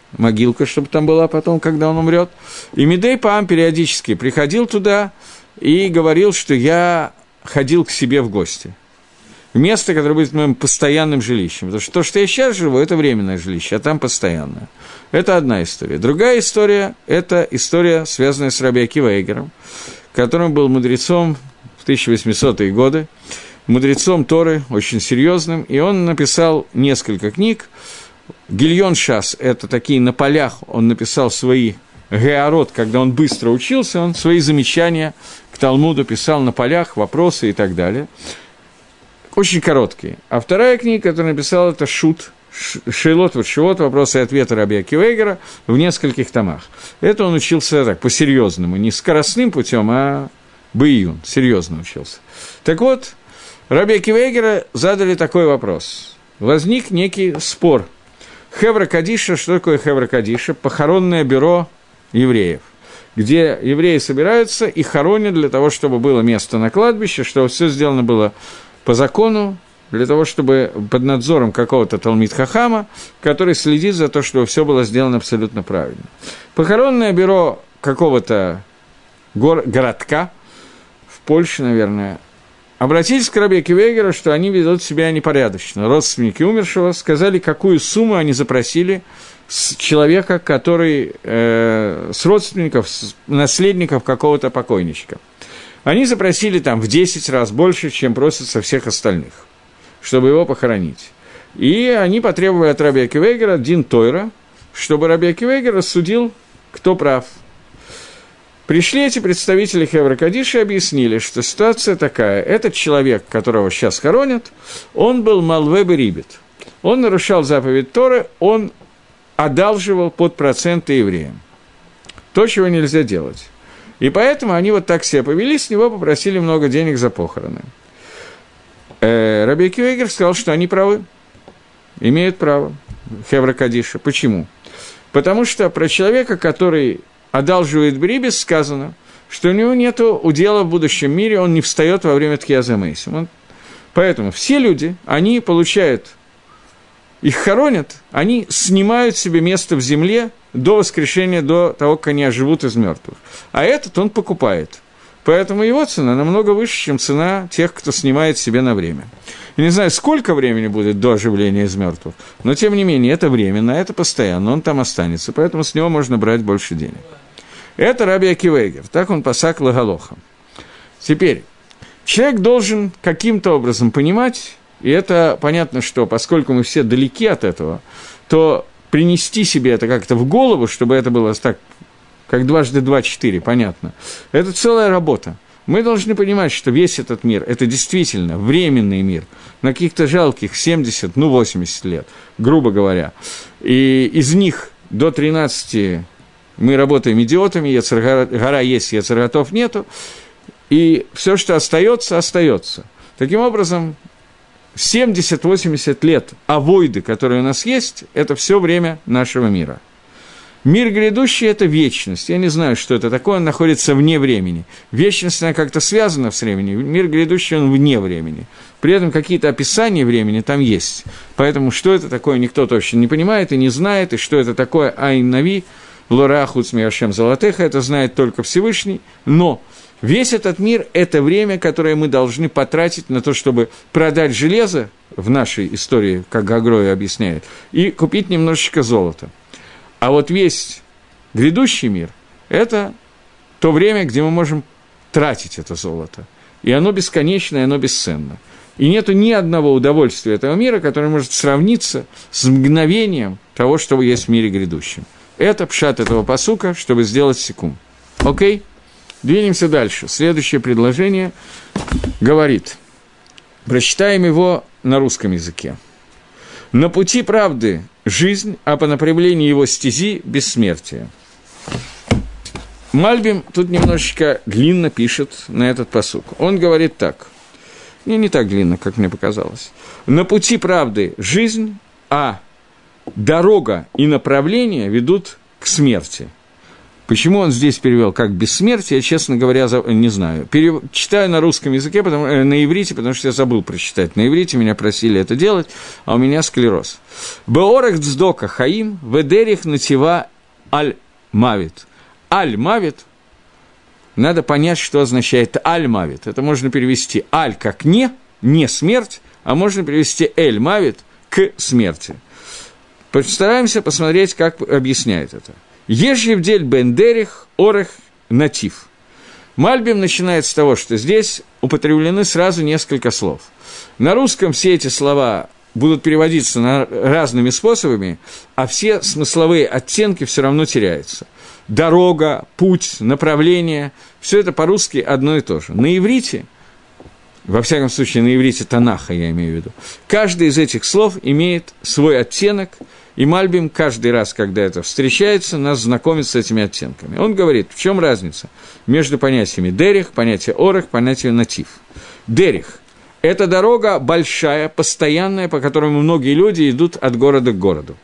могилка, чтобы там была потом, когда он умрет. И Мидей Паам периодически приходил туда и говорил, что я ходил к себе в гости. Место, которое будет моим постоянным жилищем. Потому что то, что я сейчас живу, это временное жилище, а там постоянное. Это одна история. Другая история – это история, связанная с Раби Акива Эйгером, которым был мудрецом в тысяча восьмисотые годы, мудрецом Торы, очень серьезным, и он написал несколько книг. Гильон Шас – это такие на полях, он написал свои георот, когда он быстро учился, он свои замечания к Талмуду писал на полях, вопросы и так далее. Очень короткие. А вторая книга, которую написал, это Шут, Шейлот, Ватшивот, вопросы и ответы Раби Акива Эйгера в нескольких томах. Это он учился так, по-серьезному, не скоростным путем, а бэйюн, серьезно учился. Так вот, Раби Акива Эйгера задали такой вопрос. Возник некий спор. Хевра Кадиша, что такое Хевра Кадиша? Похоронное бюро евреев, где евреи собираются и хоронят для того, чтобы было место на кладбище, чтобы все сделано было по закону, для того, чтобы под надзором какого-то Талмид Хахама, который следит за то, чтобы все было сделано абсолютно правильно. Похоронное бюро какого-то гор- городка, в Польше, наверное, обратились к Раби Акиве Эйгеру, что они ведут себя непорядочно. Родственники умершего сказали, какую сумму они запросили с человека, который э, с родственников, с наследников какого-то покойничка. Они запросили там в десять раз больше, чем просят со всех остальных, чтобы его похоронить. И они потребовали от Раби Акива Эйгера дин Тойра, чтобы Раби Акива Эйгер рассудил, кто прав. Пришли эти представители Хевра Кадиши и объяснили, что ситуация такая. Этот человек, которого сейчас хоронят, он был малве берибет. Он нарушал заповедь Торы, он одалживал под проценты евреям. То, чего нельзя делать. И поэтому они вот так себя повели, с него попросили много денег за похороны. Э, Раби Акива Эйгер сказал, что они правы, имеют право, Хевра Кадиша. Почему? Потому что про человека, который одалживает брибис, сказано, что у него нет удела в будущем мире, он не встает во время Ткияза Мейсим. Поэтому все люди, они получают, их хоронят, они снимают себе место в земле до воскрешения, до того, как они оживут из мертвых. А этот он покупает. Поэтому его цена намного выше, чем цена тех, кто снимает себе на время. Я не знаю, сколько времени будет до оживления из мертвых, но тем не менее, это временно, это постоянно, он там останется, поэтому с него можно брать больше денег. Это Раби Акива Эйгер, так он пасак лагалоха. Теперь, человек должен каким-то образом понимать, и это понятно, что поскольку мы все далеки от этого, то принести себе это как-то в голову, чтобы это было так, как дважды два – четыре, понятно. Это целая работа. Мы должны понимать, что весь этот мир – это действительно временный мир, на каких-то жалких семьдесят, ну, восемьдесят лет, грубо говоря. И из них до тринадцати мы работаем идиотами, Ецер-гара есть, Ецер-готов нету, и все, что остается, остается. Таким образом, семьдесят-восемьдесят лет авойды, которые у нас есть, это все время нашего мира. Мир грядущий – это вечность. Я не знаю, что это такое, он находится вне времени. Вечность, она как-то связана с временем. Мир грядущий, он вне времени. При этом какие-то описания времени там есть. Поэтому что это такое, никто точно не понимает и не знает. И что это такое Айн Нави, Лора Хуц Миашем Золотеха, это знает только Всевышний. Но весь этот мир – это время, которое мы должны потратить на то, чтобы продать железо, в нашей истории, как Гагрой объясняет, и купить немножечко золота. А вот весь грядущий мир – это то время, где мы можем тратить это золото. И оно бесконечное, оно бесценно. И нету ни одного удовольствия этого мира, которое может сравниться с мгновением того, что есть в мире грядущем. Это пшат этого пасука, чтобы сделать секунд. Окей? Двинемся дальше. Следующее предложение говорит. Прочитаем его на русском языке. «На пути правды жизнь, а по направлению его стези – бессмертие». Мальбим тут немножечко длинно пишет на этот пасук. Он говорит так. Не, не так длинно, как мне показалось. «На пути правды жизнь, а дорога и направление ведут к смерти». Почему он здесь перевел как бессмертие, я, честно говоря, не знаю. Перев... Читаю на русском языке, потому... э, на иврите, потому что я забыл прочитать на иврите, меня просили это делать, а у меня склероз. «Беорах дздока хаим, ведерих натива аль-мавит». Аль-мавит, надо понять, что означает аль-мавит. Это можно перевести аль как не, не смерть, а можно перевести эль-мавит к смерти. Постараемся посмотреть, как объясняет это. Ежевдель бен дерих орех натив. Мальбим начинает с того, что здесь употреблены сразу несколько слов. На русском все эти слова будут переводиться на разными способами, а все смысловые оттенки все равно теряются. Дорога, путь, направление – все это по-русски одно и то же. На иврите, во всяком случае на иврите Танаха я имею в виду, каждый из этих слов имеет свой оттенок, и Мальбим каждый раз, когда это встречается, нас знакомит с этими оттенками. Он говорит, в чем разница между понятиями дерих, понятие орех, понятие натив. Дерих – это дорога большая, постоянная, по которой многие люди идут от города к городу.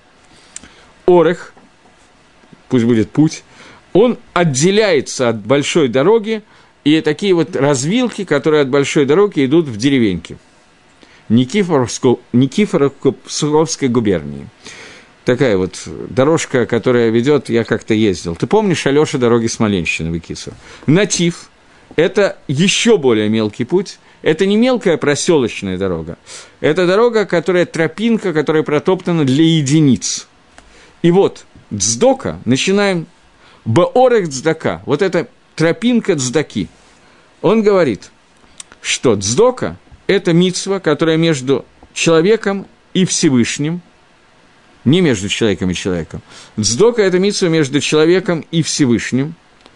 Орех, пусть будет путь, он отделяется от большой дороги, и такие вот развилки, которые от большой дороги идут в деревеньки Никифоровской, Никифоровской губернии. Такая вот дорожка, которая ведет, я как-то ездил. Ты помнишь, Алёша, дороги Смоленщины в Икису? Натив – это еще более мелкий путь. Это не мелкая проселочная дорога. Это дорога, которая тропинка, которая протоптана для единиц. И вот дздока, начинаем беорех дздака. Вот это тропинка дздаки. Он говорит, что дздока – это мицва, которая между человеком и Всевышним, не между человеком и человеком. Дздока – это мицва между человеком и Всевышним.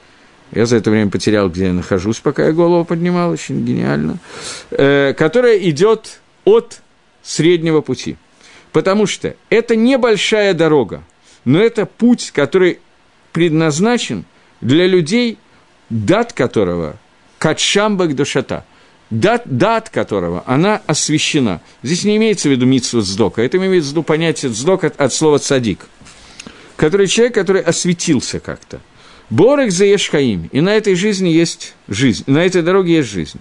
Я за это время потерял, где я нахожусь, пока я голову поднимал, очень гениально. Э, которая идет от среднего пути. Потому что это небольшая дорога, но это путь, который предназначен для людей, дат которого – катшамбак душата. Дат, дат которого, она освящена. Здесь не имеется в виду мицва цдока, это имеется в виду понятие цдока от, от слова цадик, который человек, который осветился как-то. Борек заеш хаим, и на этой жизни есть жизнь, на этой дороге есть жизнь.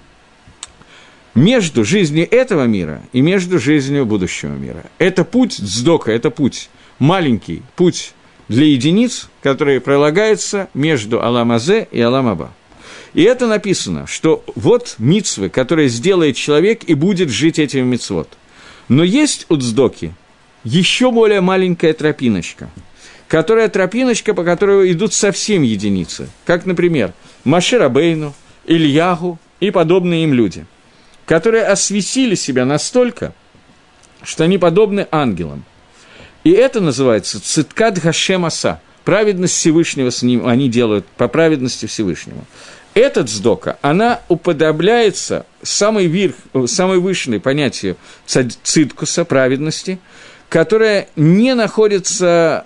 Между жизнью этого мира и между жизнью будущего мира. Это путь цдока, это путь, маленький путь для единиц, который пролагается между Алам Азе и Алам Аба. И это написано, что вот мицвы, которые сделает человек и будет жить этими мицвот. Но есть у цдоки еще более маленькая тропиночка, которая тропиночка, по которой идут совсем единицы, как, например, Моше Рабейну, Ильягу и подобные им люди, которые освятили себя настолько, что они подобны ангелам. И это называется циткат Гашем Аса, праведность Всевышнего с ним, они делают по праведности Всевышнего. Эта цдока, она уподобляется самой, верх, самой высшей понятию циткуса, праведности, которая не находится,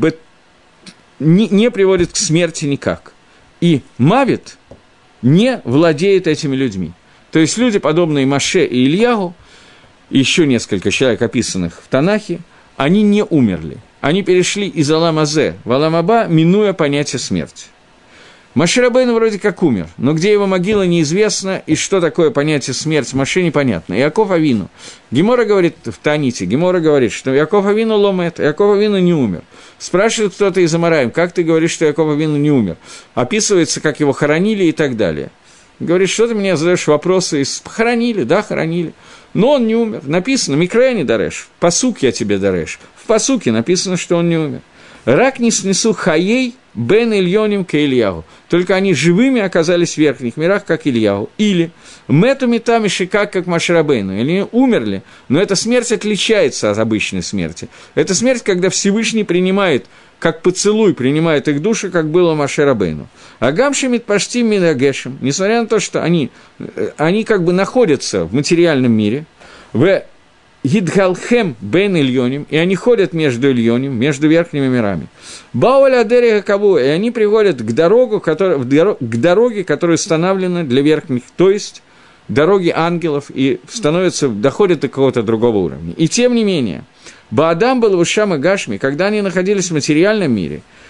не, не приводит к смерти никак. И мавит не владеет этими людьми. То есть люди, подобные Моше и Ильягу, еще несколько человек, описанных в Танахе, они не умерли. Они перешли из Алам Азе в Алам Аба, минуя понятие смерти. Моше Рабейну вроде как умер, но где его могила неизвестно, и что такое понятие смерть Моше непонятно. Яков Авину. Гемора говорит в Тааните, Гемора говорит, что Яков Авину ломет, Яков Авину не умер. Спрашивает кто-то из Амараим, как ты говоришь, что Яков Авину не умер? Описывается, как его хоронили и так далее. Говорит, что ты мне задаешь вопросы, похоронили, да, хоронили. Но он не умер. Написано, Микрея не дарешь, пасук я тебе дарешь. В пасуке написано, что он не умер. Рак не снесу хаей бен Ильоним к Ильягу. Только они живыми оказались в верхних мирах, как Ильягу. Или мету метами шикак, как Моше Рабейну. Или они умерли, но эта смерть отличается от обычной смерти. Это смерть, когда Всевышний принимает, как поцелуй, принимает их души, как было Моше Рабейну. А гамши митпаштим минагешем, несмотря на то, что они, они как бы находятся в материальном мире, в Гидгалхем бен Ильоним, и они ходят между Ильоним, между верхними мирами. Бауаля Дерега Каву, и они приводят к, дорогу, который, к дороге, которая установлена для верхних, то есть дороги ангелов, и становятся, доходят до какого-то другого уровня. И тем не менее, Баадам был в Ушам и Гашми, когда они находились в материальном мире,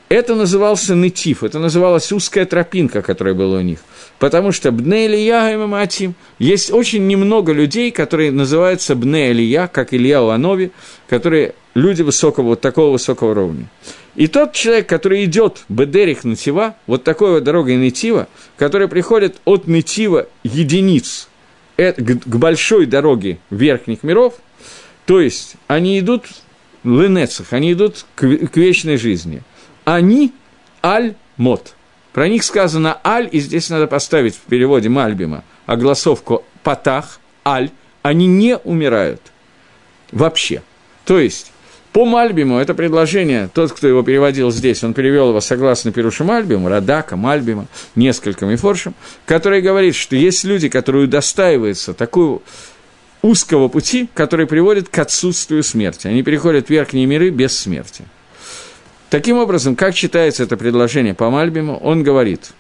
это назывался нетив, это называлась узкая тропинка, которая была у них. Потому что бне Илья и Маматим, есть очень немного людей, которые называются бне Илья, как Илья у Анови, которые люди высокого, вот такого высокого уровня. И тот человек, который идет бедерих нетива, вот такой вот дорогой нетива, который приходит от нетива единиц к большой дороге верхних миров, то есть они идут в ленецах, они идут к вечной жизни. Они аль-мот. Про них сказано «аль», и здесь надо поставить в переводе Мальбима огласовку «патах», «аль». Они не умирают вообще. То есть, по Мальбиму это предложение, тот, кто его переводил здесь, он перевел его согласно Пирушу Мальбиму, Радака, Мальбима, нескольким мифоршим, который говорит, что есть люди, которые удостаиваются такого узкого пути, который приводит к отсутствию смерти. Они переходят в верхние миры без смерти. Таким образом, как читается это предложение по Мальбиму, он говорит: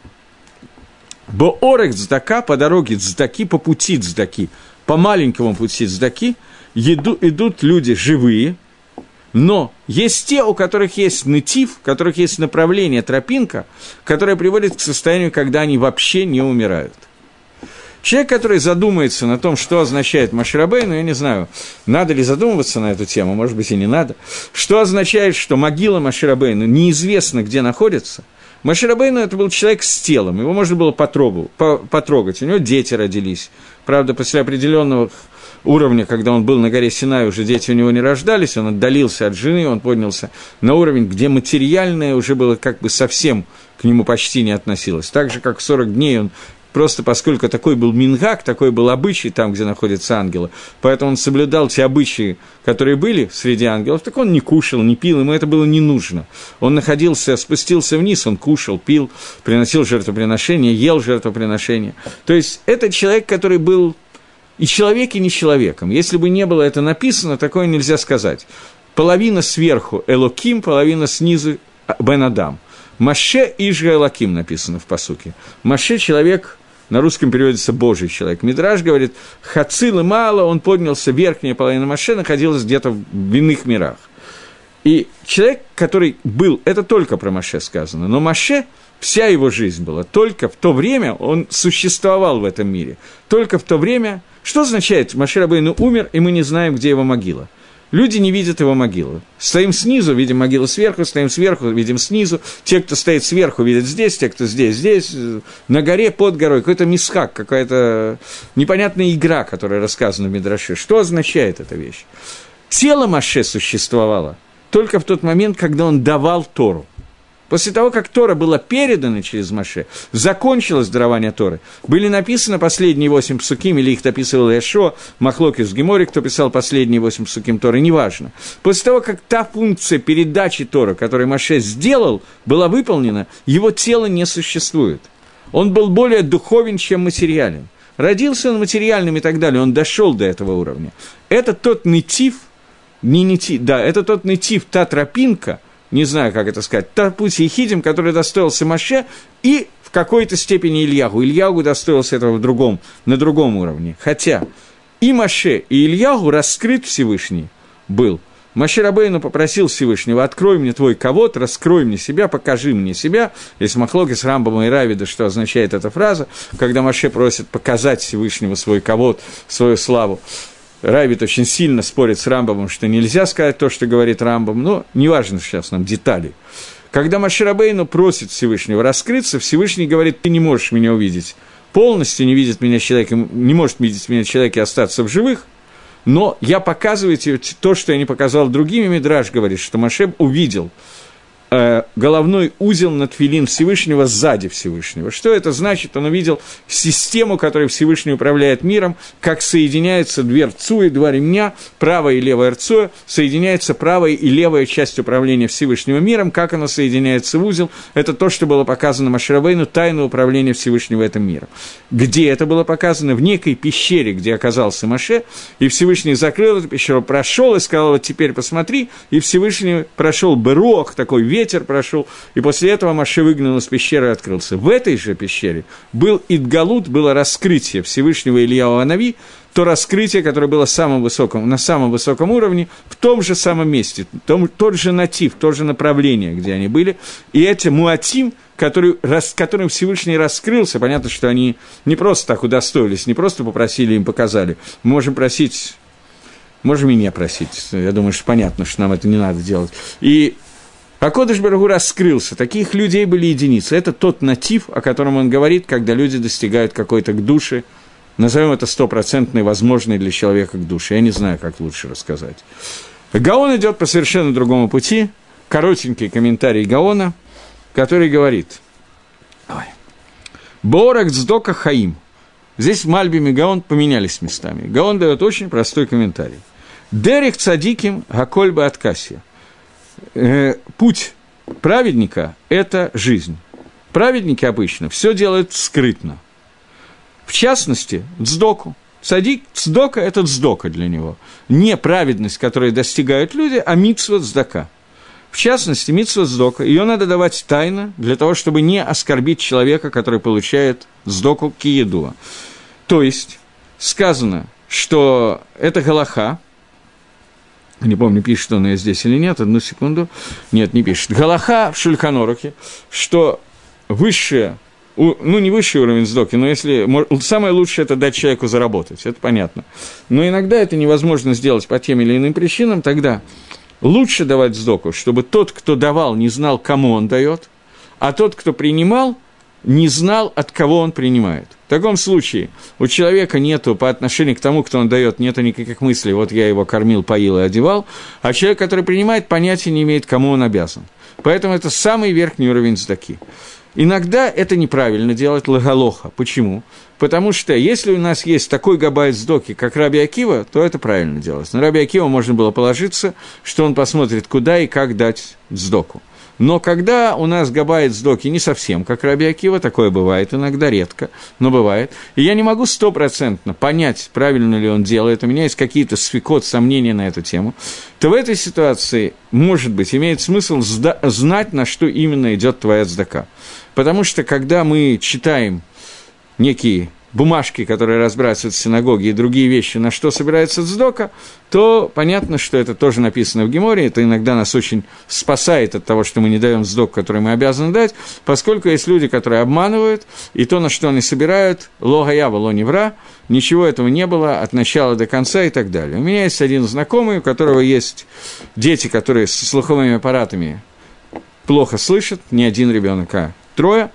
«Боорек цдака, по дороге цдаки, по пути цдаки, по маленькому пути цдаки еду, идут люди живые, но есть те, у которых есть нетив, у которых есть направление, тропинка, которая приводит к состоянию, когда они вообще не умирают». Человек, который задумается на том, что означает Моше Рабейну, я не знаю, надо ли задумываться на эту тему, может быть, и не надо, что означает, что могила Моше Рабейну неизвестно, где находится. Моше Рабейну – это был человек с телом, его можно было потрогать, у него дети родились. Правда, после определенного уровня, когда он был на горе Синай, уже дети у него не рождались, он отдалился от жены, он поднялся на уровень, где материальное уже было как бы совсем к нему почти не относилось. Так же, как в сорок дней он... Просто поскольку такой был мингак, такой был обычай там, где находятся ангелы, поэтому он соблюдал те обычаи, которые были среди ангелов, так он не кушал, не пил, ему это было не нужно. Он находился, спустился вниз, он кушал, пил, приносил жертвоприношения, ел жертвоприношения. То есть это человек, который был и человек, и не человеком. Если бы не было это написано, такое нельзя сказать. Половина сверху Элоким, половина снизу Бен Адам. Моше Ижра Элоким написано в пасуке. Моше – человек, на русском переводится «божий человек». Мидраш говорит, «Хацил и мало», он поднялся, верхняя половина Моше находилась где-то в иных мирах. И человек, который был, это только про Моше сказано, но Моше, вся его жизнь была, только в то время он существовал в этом мире. Только в то время, что означает, Моше Рабейну умер, и мы не знаем, где его могила. Люди не видят его могилу. Стоим снизу, видим могилу сверху, стоим сверху, видим снизу. Те, кто стоит сверху, видят здесь, те, кто здесь, здесь. На горе, под горой. Какой-то мисхак, какая-то непонятная игра, которая рассказана в Мидраше. Что означает эта вещь? Тело Моше существовало только в тот момент, когда он давал Тору. После того, как Тора была передана через Моше, закончилось дарование Торы, были написаны последние восемь псуким, или их дописывал Яшо, Махлокис Гемори, кто писал последние восемь псуким Торы, неважно. После того, как та функция передачи Торы, которую Моше сделал, была выполнена, его тело не существует. Он был более духовен, чем материален. Родился он материальным и так далее, он дошел до этого уровня. Это тот нетив, не нетив, да, это тот нетив, та тропинка, не знаю, как это сказать, тот путь Ехидим, который достоился Моше, и в какой-то степени Ильягу. Ильягу достоился этого в другом, на другом уровне. Хотя и Моше, и Ильягу раскрыт Всевышний был. Моше Рабейну попросил Всевышнего: «Открой мне твой кавод, раскрой мне себя, покажи мне себя». Есть махлокис Рамбама и Равида, что означает эта фраза, когда Моше просит показать Всевышнему свой кавод, свою славу. Равид очень сильно спорит с Рамбамом, что нельзя сказать то, что говорит Рамбам, но неважно сейчас нам детали. Когда Моше Рабейну просит Всевышнего раскрыться, Всевышний говорит: «Ты не можешь меня увидеть полностью, не видит меня человек, не может видеть меня человек и остаться в живых, но я показываю тебе то, что я не показал другим». И Мидраш говорит, что Моше увидел э, головной узел на тфилин Всевышнего сзади Всевышнего. Что это значит? Он увидел систему, которой Всевышний управляет миром, как соединяются две рцуи, два ремня, правая и левая рцуя, соединяется правая и левая часть управления Всевышнего миром, как оно соединяется в узел. Это то, что было показано Моше Рабейну, тайна управления Всевышнего этим миром. Где это было показано? В некой пещере, где оказался Моше, и Всевышний закрыл эту пещеру, прошел и сказал: «Вот теперь посмотри», и Всевышний прошел беруах, такой ветер, ветер прошел, и после этого Моше выгнал из пещеры и открылся. В этой же пещере был Идгалут, было раскрытие Всевышнего Ильяу Анави, то раскрытие, которое было самым высоком, на самом высоком уровне, в том же самом месте, том, тот же натив, то же направление, где они были, и эти муатим, который, рас, которым Всевышний раскрылся, понятно, что они не просто так удостоились, не просто попросили, им показали, мы можем просить, можем и не просить, я думаю, что понятно, что нам это не надо делать, и а-Кодеш Барух Ху раскрылся, таких людей были единицы, это тот натив, о котором он говорит, когда люди достигают какой-то к душе, назовем это стопроцентной возможной для человека к душе. Я не знаю, как лучше рассказать. Гаон идет по совершенно другому пути. Коротенький комментарий Гаона, который говорит: «Боорак цдока хаим». Здесь Мальбим и Гаон поменялись местами. Гаон дает очень простой комментарий. «Дерих цадиким гакольба откасия». Путь праведника – это жизнь. Праведники обычно все делают скрытно. В частности, цдоку. Цадик, цдока – это цдока для него. Не праведность, которую достигают люди, а мицва цдака. В частности, мицва цдока, ее надо давать тайно, для того, чтобы не оскорбить человека, который получает цдоку киедуа. То есть, сказано, что это галаха, не помню, пишет он ее здесь или нет, одну секунду, нет, не пишет, галаха в Шульхан Арухе, что высшее, ну, не высший уровень сдоки, но если самое лучшее – это дать человеку заработать, это понятно. Но иногда это невозможно сделать по тем или иным причинам, тогда лучше давать сдоку, чтобы тот, кто давал, не знал, кому он дает, а тот, кто принимал, не знал, от кого он принимает. В таком случае у человека нету, по отношению к тому, кто он дает, нету никаких мыслей, вот я его кормил, поил и одевал, а человек, который принимает, понятия не имеет, кому он обязан. Поэтому это самый верхний уровень сдаки. Иногда это неправильно делать лагалоха. Почему? Потому что если у нас есть такой габайт сдоки, как Раби Акива, то это правильно делать. На Раби Акива можно было положиться, что он посмотрит, куда и как дать сдоку. Но когда у нас габайт сдоки не совсем как Раби Акива, такое бывает иногда, редко, но бывает, и я не могу стопроцентно понять, правильно ли он делает, у меня есть какие-то сфикот, сомнения на эту тему, то в этой ситуации, может быть, имеет смысл сда- знать, на что именно идет твоя цдака. Потому что, когда мы читаем некие бумажки, которые разбрасывают в синагоге, и другие вещи, на что собирается цдока, то понятно, что это тоже написано в Геморе, это иногда нас очень спасает от того, что мы не даем цдоку, который мы обязаны дать, поскольку есть люди, которые обманывают, и то, на что они собирают, лога ява, ло невра, ничего этого не было от начала до конца и так далее. У меня есть один знакомый, у которого есть дети, которые с слуховыми аппаратами плохо слышат, не один ребенок, а трое.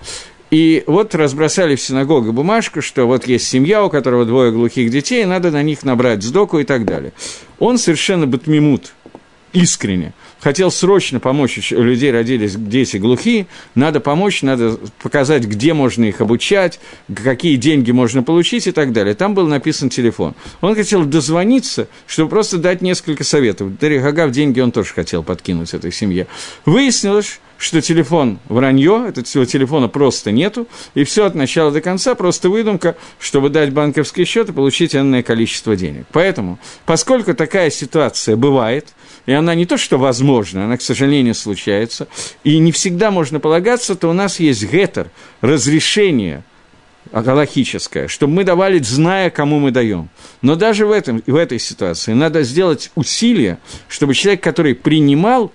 И вот разбросали в синагоге бумажку, что вот есть семья, у которого двое глухих детей, надо на них набрать сдоку и так далее. Он совершенно батмимут, искренне, хотел срочно помочь, у людей родились дети глухие, надо помочь, надо показать, где можно их обучать, какие деньги можно получить и так далее. Там был написан телефон. Он хотел дозвониться, чтобы просто дать несколько советов. Дерих Агав деньги он тоже хотел подкинуть этой семье. Выяснилось, что телефон вранье, этого телефона просто нету, и все от начала до конца просто выдумка, чтобы дать банковский счет и получить энное количество денег. Поэтому, поскольку такая ситуация бывает, и она не то что возможна, она, к сожалению, случается, и не всегда можно полагаться, то у нас есть гетер, разрешение галахическое, чтобы мы давали, зная, кому мы даем. Но даже в, этом, в этой ситуации надо сделать усилие, чтобы человек, который принимал,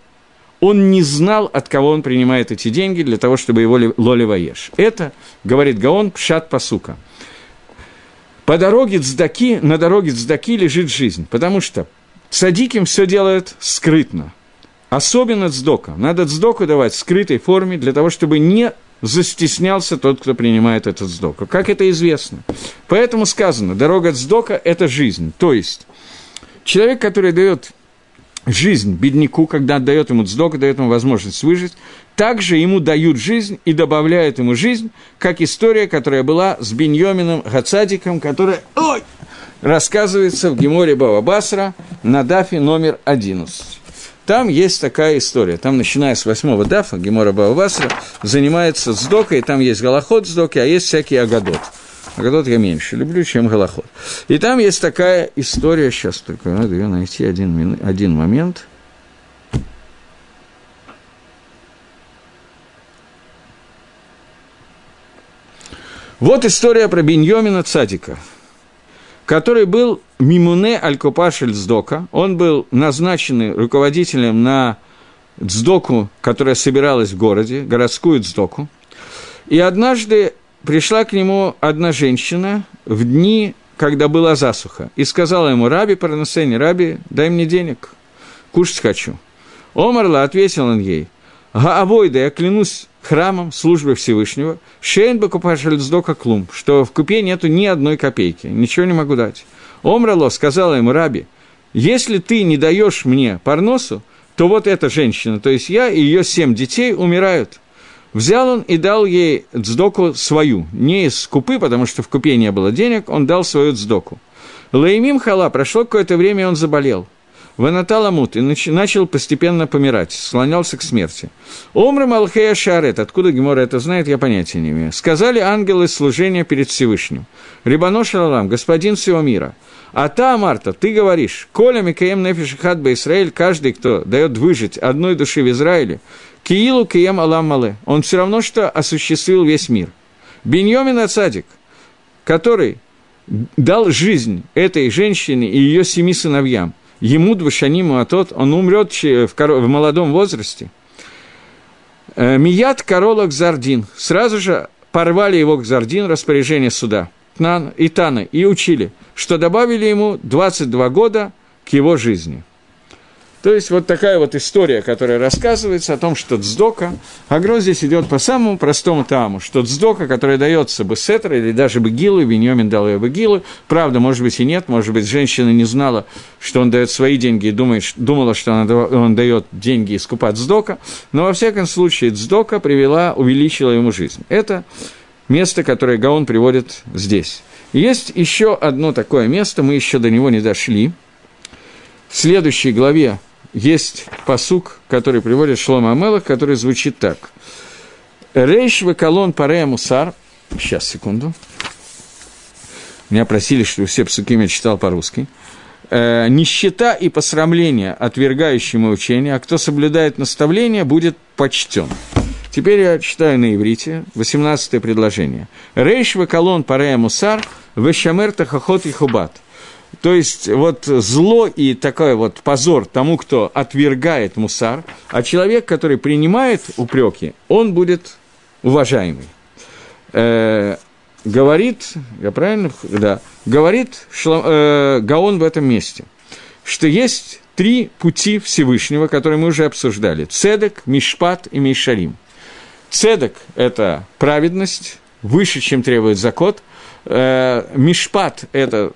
он не знал, от кого он принимает эти деньги, для того, чтобы его лоли ваеш. Это, говорит Гаон, пшат пасука. По дороге цдаки, на дороге цдаки лежит жизнь, потому что цадиким все делают скрытно. Особенно цдока. Надо цдоку давать в скрытой форме, для того, чтобы не застеснялся тот, кто принимает этот цдоку. Как это известно? Поэтому сказано, дорога цдока – это жизнь. То есть, человек, который дает жизнь бедняку, когда отдает ему цдоку, дает ему возможность выжить, также ему дают жизнь и добавляют ему жизнь, как история, которая была с Биньомином Гацадиком, которая ой, рассказывается в Геморе Бава Басра на дафе номер одиннадцать. Там есть такая история. Там, начиная с восьмого дафа, Гемора Бава Басра занимается цдокой, там есть галахот цдоки, а есть всякие агадот. Агадот я меньше люблю, чем галахот. И там есть такая история, сейчас только надо ее найти один, один момент. Вот история про Биньомина Цадика, который был мимуне аль-купа шель цдока. Он был назначен руководителем на цдоку, которая собиралась в городе, городскую цдоку. И однажды пришла к нему одна женщина в дни, когда была засуха, и сказала ему: «Раби, парнасени, раби, дай мне денег, кушать хочу». Омарла, ответил он ей: «Гаавойда, я клянусь храмом, службой Всевышнего, шейн бакупа шель цдока клум, что в купе нету ни одной копейки, ничего не могу дать». Омрало сказала ему: «Раби, если ты не даешь мне парносу, то вот эта женщина, то есть я и ее семь детей умирают». Взял он и дал ей цдоку свою, не из купы, потому что в купе не было денег, он дал свою цдоку. Лаимим хала, прошло какое-то время, и он заболел. Ванатал амут, и начал постепенно помирать, склонялся к смерти. Омра Малхея Шарет, откуда Гемора это знает, я понятия не имею. Сказали ангелы служения перед Всевышним: «Рибано шалалам, господин всего мира, а та, Марта, ты говоришь: Коля Микаем Нефиш Хат Ба Исраэль, каждый, кто дает выжить одной души в Израиле, Киилу Кием Алам Мале, он все равно, что осуществил весь мир. Биньомин Цадик, который дал жизнь этой женщине и ее семи сыновьям, ему двушаниму, а тот, он умрет в, в молодом возрасте. Мият корола Гзардин, сразу же порвали его Гзардин, распоряжение суда, Тнан и Тана, и учили, что добавили ему двадцать два года к его жизни». То есть, вот такая вот история, которая рассказывается о том, что цдока, агро здесь идет по самому простому таму, что цдока, которая дается бесетер или даже бегилу, Биньомин дал ее бегилу, правда, может быть и нет, может быть, женщина не знала, что он дает свои деньги и думает, думала, что он дает деньги искупать цдока, но во всяком случае цдока привела, увеличила ему жизнь. Это место, которое Гаон приводит здесь. Есть еще одно такое место, мы еще до него не дошли. В следующей главе есть пасук, который приводит Шломо ха-Мелех, который звучит так. «Рейш векалон парея мусар». Сейчас, секунду. Меня просили, чтобы все псуким я читал по-русски. Э, «Нищета и посрамление, отвергающему учение, а кто соблюдает наставление, будет почтен». Теперь я читаю на иврите, восемнадцатое предложение. «Рейш векалон парея мусар, вешамер тахахот и хубат». То есть, вот зло и такой вот позор тому, кто отвергает мусар, а человек, который принимает упреки, он будет уважаемый. Э, говорит, я правильно, да, говорит Шло, э, Гаон в этом месте, что есть три пути Всевышнего, которые мы уже обсуждали: цедек, мишпат и мишарим. Цедек – это праведность, выше, чем требует закон. Э, мишпат – это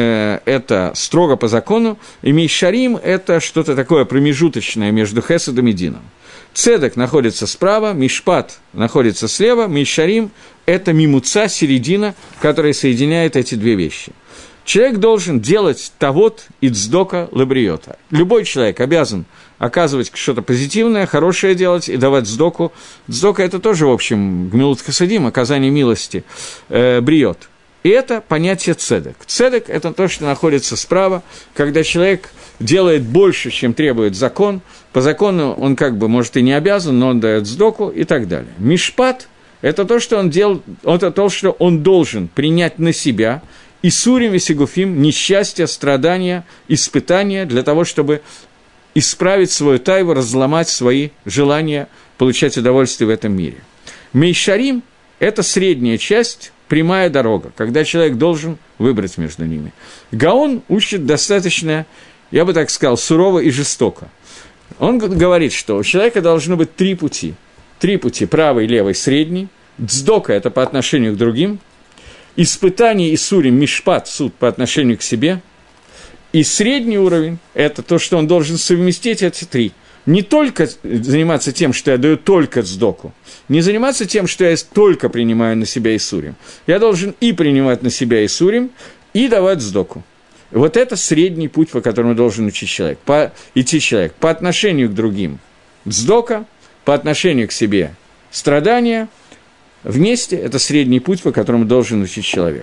это строго по закону, и мишарим – это что-то такое промежуточное между хеседом и дином. Цедек находится справа, мишпат находится слева, мишарим – это мимуца, середина, которая соединяет эти две вещи. Человек должен делать тавот и цдока лабриота. Любой человек обязан оказывать что-то позитивное, хорошее делать и давать цдоку. Цдока – это тоже, в общем, гмилут хасадим, оказание милости, э, бриот. И это понятие цедек. Цедек – это то, что находится справа, когда человек делает больше, чем требует закон. По закону он как бы, может, и не обязан, но он дает цдоку и так далее. Мишпат – это то, что он делает, это то, что он должен принять на себя, исурим и сигуфим, несчастье, страдания, испытания, для того, чтобы исправить свою тайву, разломать свои желания, получать удовольствие в этом мире. Мейшарим – это средняя часть, прямая дорога, когда человек должен выбрать между ними. Гаон учит достаточно, я бы так сказал, сурово и жестоко. Он говорит, что у человека должно быть три пути. Три пути – правый, левый, средний. Цдока – это по отношению к другим. Испытание исурим, мишпат, суд по отношению к себе. И средний уровень – это то, что он должен совместить эти три. Не только заниматься тем, что я даю только цдоку, не заниматься тем, что я только принимаю на себя исурим. Я должен и принимать на себя исурим, и давать цдоку. Вот это средний путь, по которому должен учить человек, по, идти человек. По отношению к другим цдока, по отношению к себе страдания. Вместе это средний путь, по которому должен учить человек.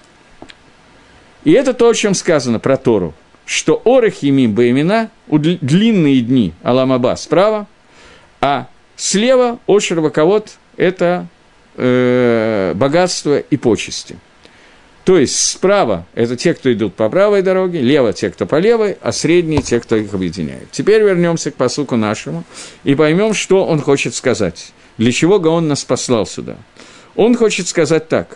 И это то, о чем сказано про Тору, что орех емим баимина, длинные дни Алам Аба справа, а слева ошер ваковод – это э, богатство и почести. То есть справа – это те, кто идут по правой дороге, лево – те, кто по левой, а средние – те, кто их объединяет. Теперь вернемся к пасуку нашему и поймем, что он хочет сказать, для чего Гаон нас послал сюда. Он хочет сказать так,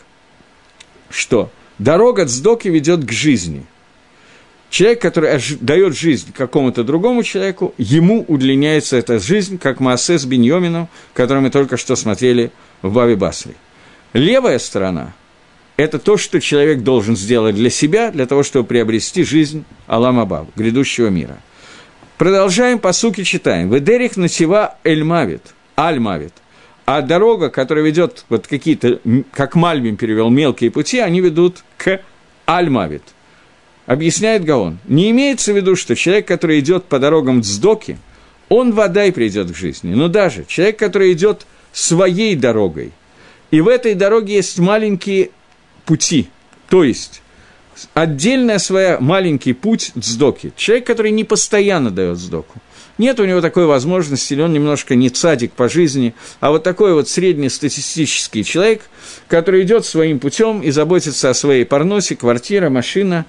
что дорога цдоки ведет к жизни. Человек, который дает жизнь какому-то другому человеку, ему удлиняется эта жизнь, как Маасе с Биньомином, который мы только что смотрели в Баве Басри. Левая сторона – это то, что человек должен сделать для себя, для того, чтобы приобрести жизнь Алам Аба, грядущего мира. Продолжаем пасуки, читаем. «Ведерих натива эль-мавит», «аль-мавит». А дорога, которая ведет, вот какие-то, как Мальбим перевел, мелкие пути, они ведут к аль-мавит. Объясняет Гаон. Не имеется в виду, что человек, который идет по дорогам цдоки, он водай придет к жизни. Но даже человек, который идет своей дорогой, и в этой дороге есть маленькие пути, то есть отдельная своя маленький путь цдоки. Человек, который не постоянно дает цдоку. Нет у него такой возможности, или он немножко не цадик по жизни, а вот такой вот среднестатистический человек, который идет своим путем и заботится о своей парносе, квартира, машина,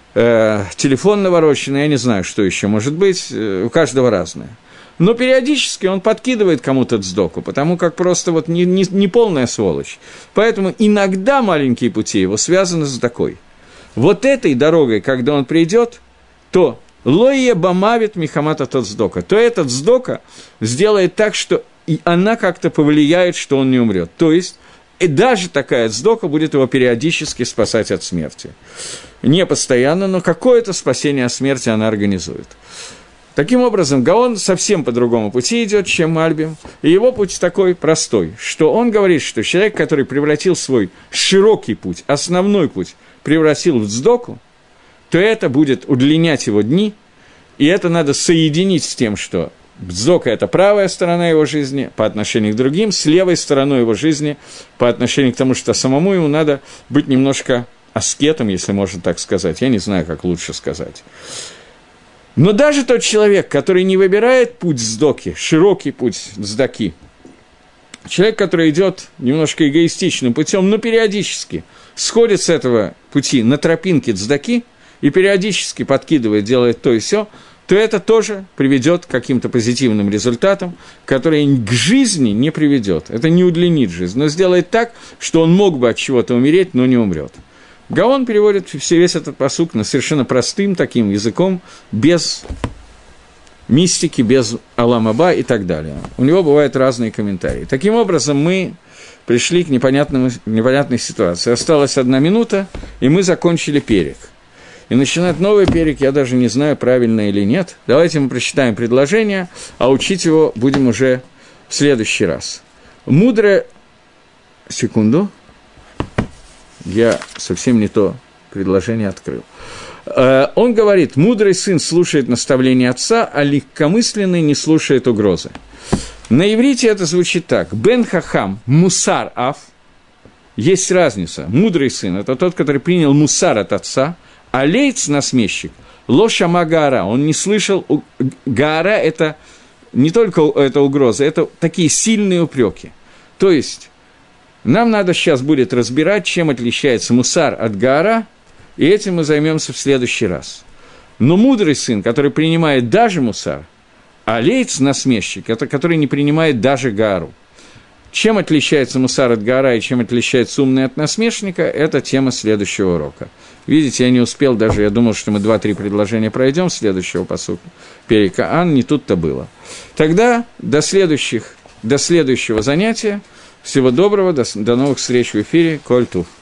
э, телефон навороченный, я не знаю, что еще может быть, э, у каждого разное. Но периодически он подкидывает кому-то цдоку, потому как просто вот не, не, не полная сволочь. Поэтому иногда маленькие пути его связаны с такой. Вот этой дорогой, когда он придет, то лоие бамавит михамата тот цдока, то этот цдока сделает так, что и она как-то повлияет, что он не умрет. То есть и даже такая цдока будет его периодически спасать от смерти. Не постоянно, но какое-то спасение от смерти она организует. Таким образом, Гаон совсем по другому пути идет, чем Мальбим, и его путь такой простой, что он говорит, что человек, который превратил свой широкий путь, основной путь, превратил в цдоку, то это будет удлинять его дни, и это надо соединить с тем, что цдока – это правая сторона его жизни по отношению к другим, с левой стороной его жизни по отношению к тому, что самому ему надо быть немножко аскетом, если можно так сказать, я не знаю, как лучше сказать. Но даже тот человек, который не выбирает путь цдоки, широкий путь цдаки, человек, который идет немножко эгоистичным путем, но периодически сходит с этого пути на тропинке цдаки и периодически подкидывает, делает то и сё, то это тоже приведет к каким-то позитивным результатам, которые к жизни не приведет. Это не удлинит жизнь, но сделает так, что он мог бы от чего-то умереть, но не умрет. Гаон переводит весь этот пасук на совершенно простым таким языком, без мистики, без Алам Аба и так далее. У него бывают разные комментарии. Таким образом, мы пришли к непонятному, непонятной ситуации. Осталась одна минута, и мы закончили перек. И начинать новый перек, я даже не знаю, правильно или нет. Давайте мы прочитаем предложение, а учить его будем уже в следующий раз. Мудрое... Секунду. Я совсем не то предложение открыл. Он говорит, мудрый сын слушает наставления отца, а легкомысленный не слушает угрозы. На иврите это звучит так. Бен хахам мусар аф. Есть разница. Мудрый сын – это тот, который принял мусар от отца, а лейц, насмешник, ло шама гаара. Он не слышал... Гаара – это не только это угроза, это такие сильные упреки. То есть... Нам надо сейчас будет разбирать, чем отличается мусар от гаара, и этим мы займемся в следующий раз. Но мудрый сын, который принимает даже мусар, а лейц, насмешник, это который не принимает даже гаару. Чем отличается мусар от гаара и чем отличается умный от насмешника, это тема следующего урока. Видите, я не успел даже, я думал, что мы два-три предложения пройдем следующего пасука перека, а не тут-то было. Тогда до, следующих, до следующего занятия. Всего доброго, до, до новых встреч в эфире. Коль тув.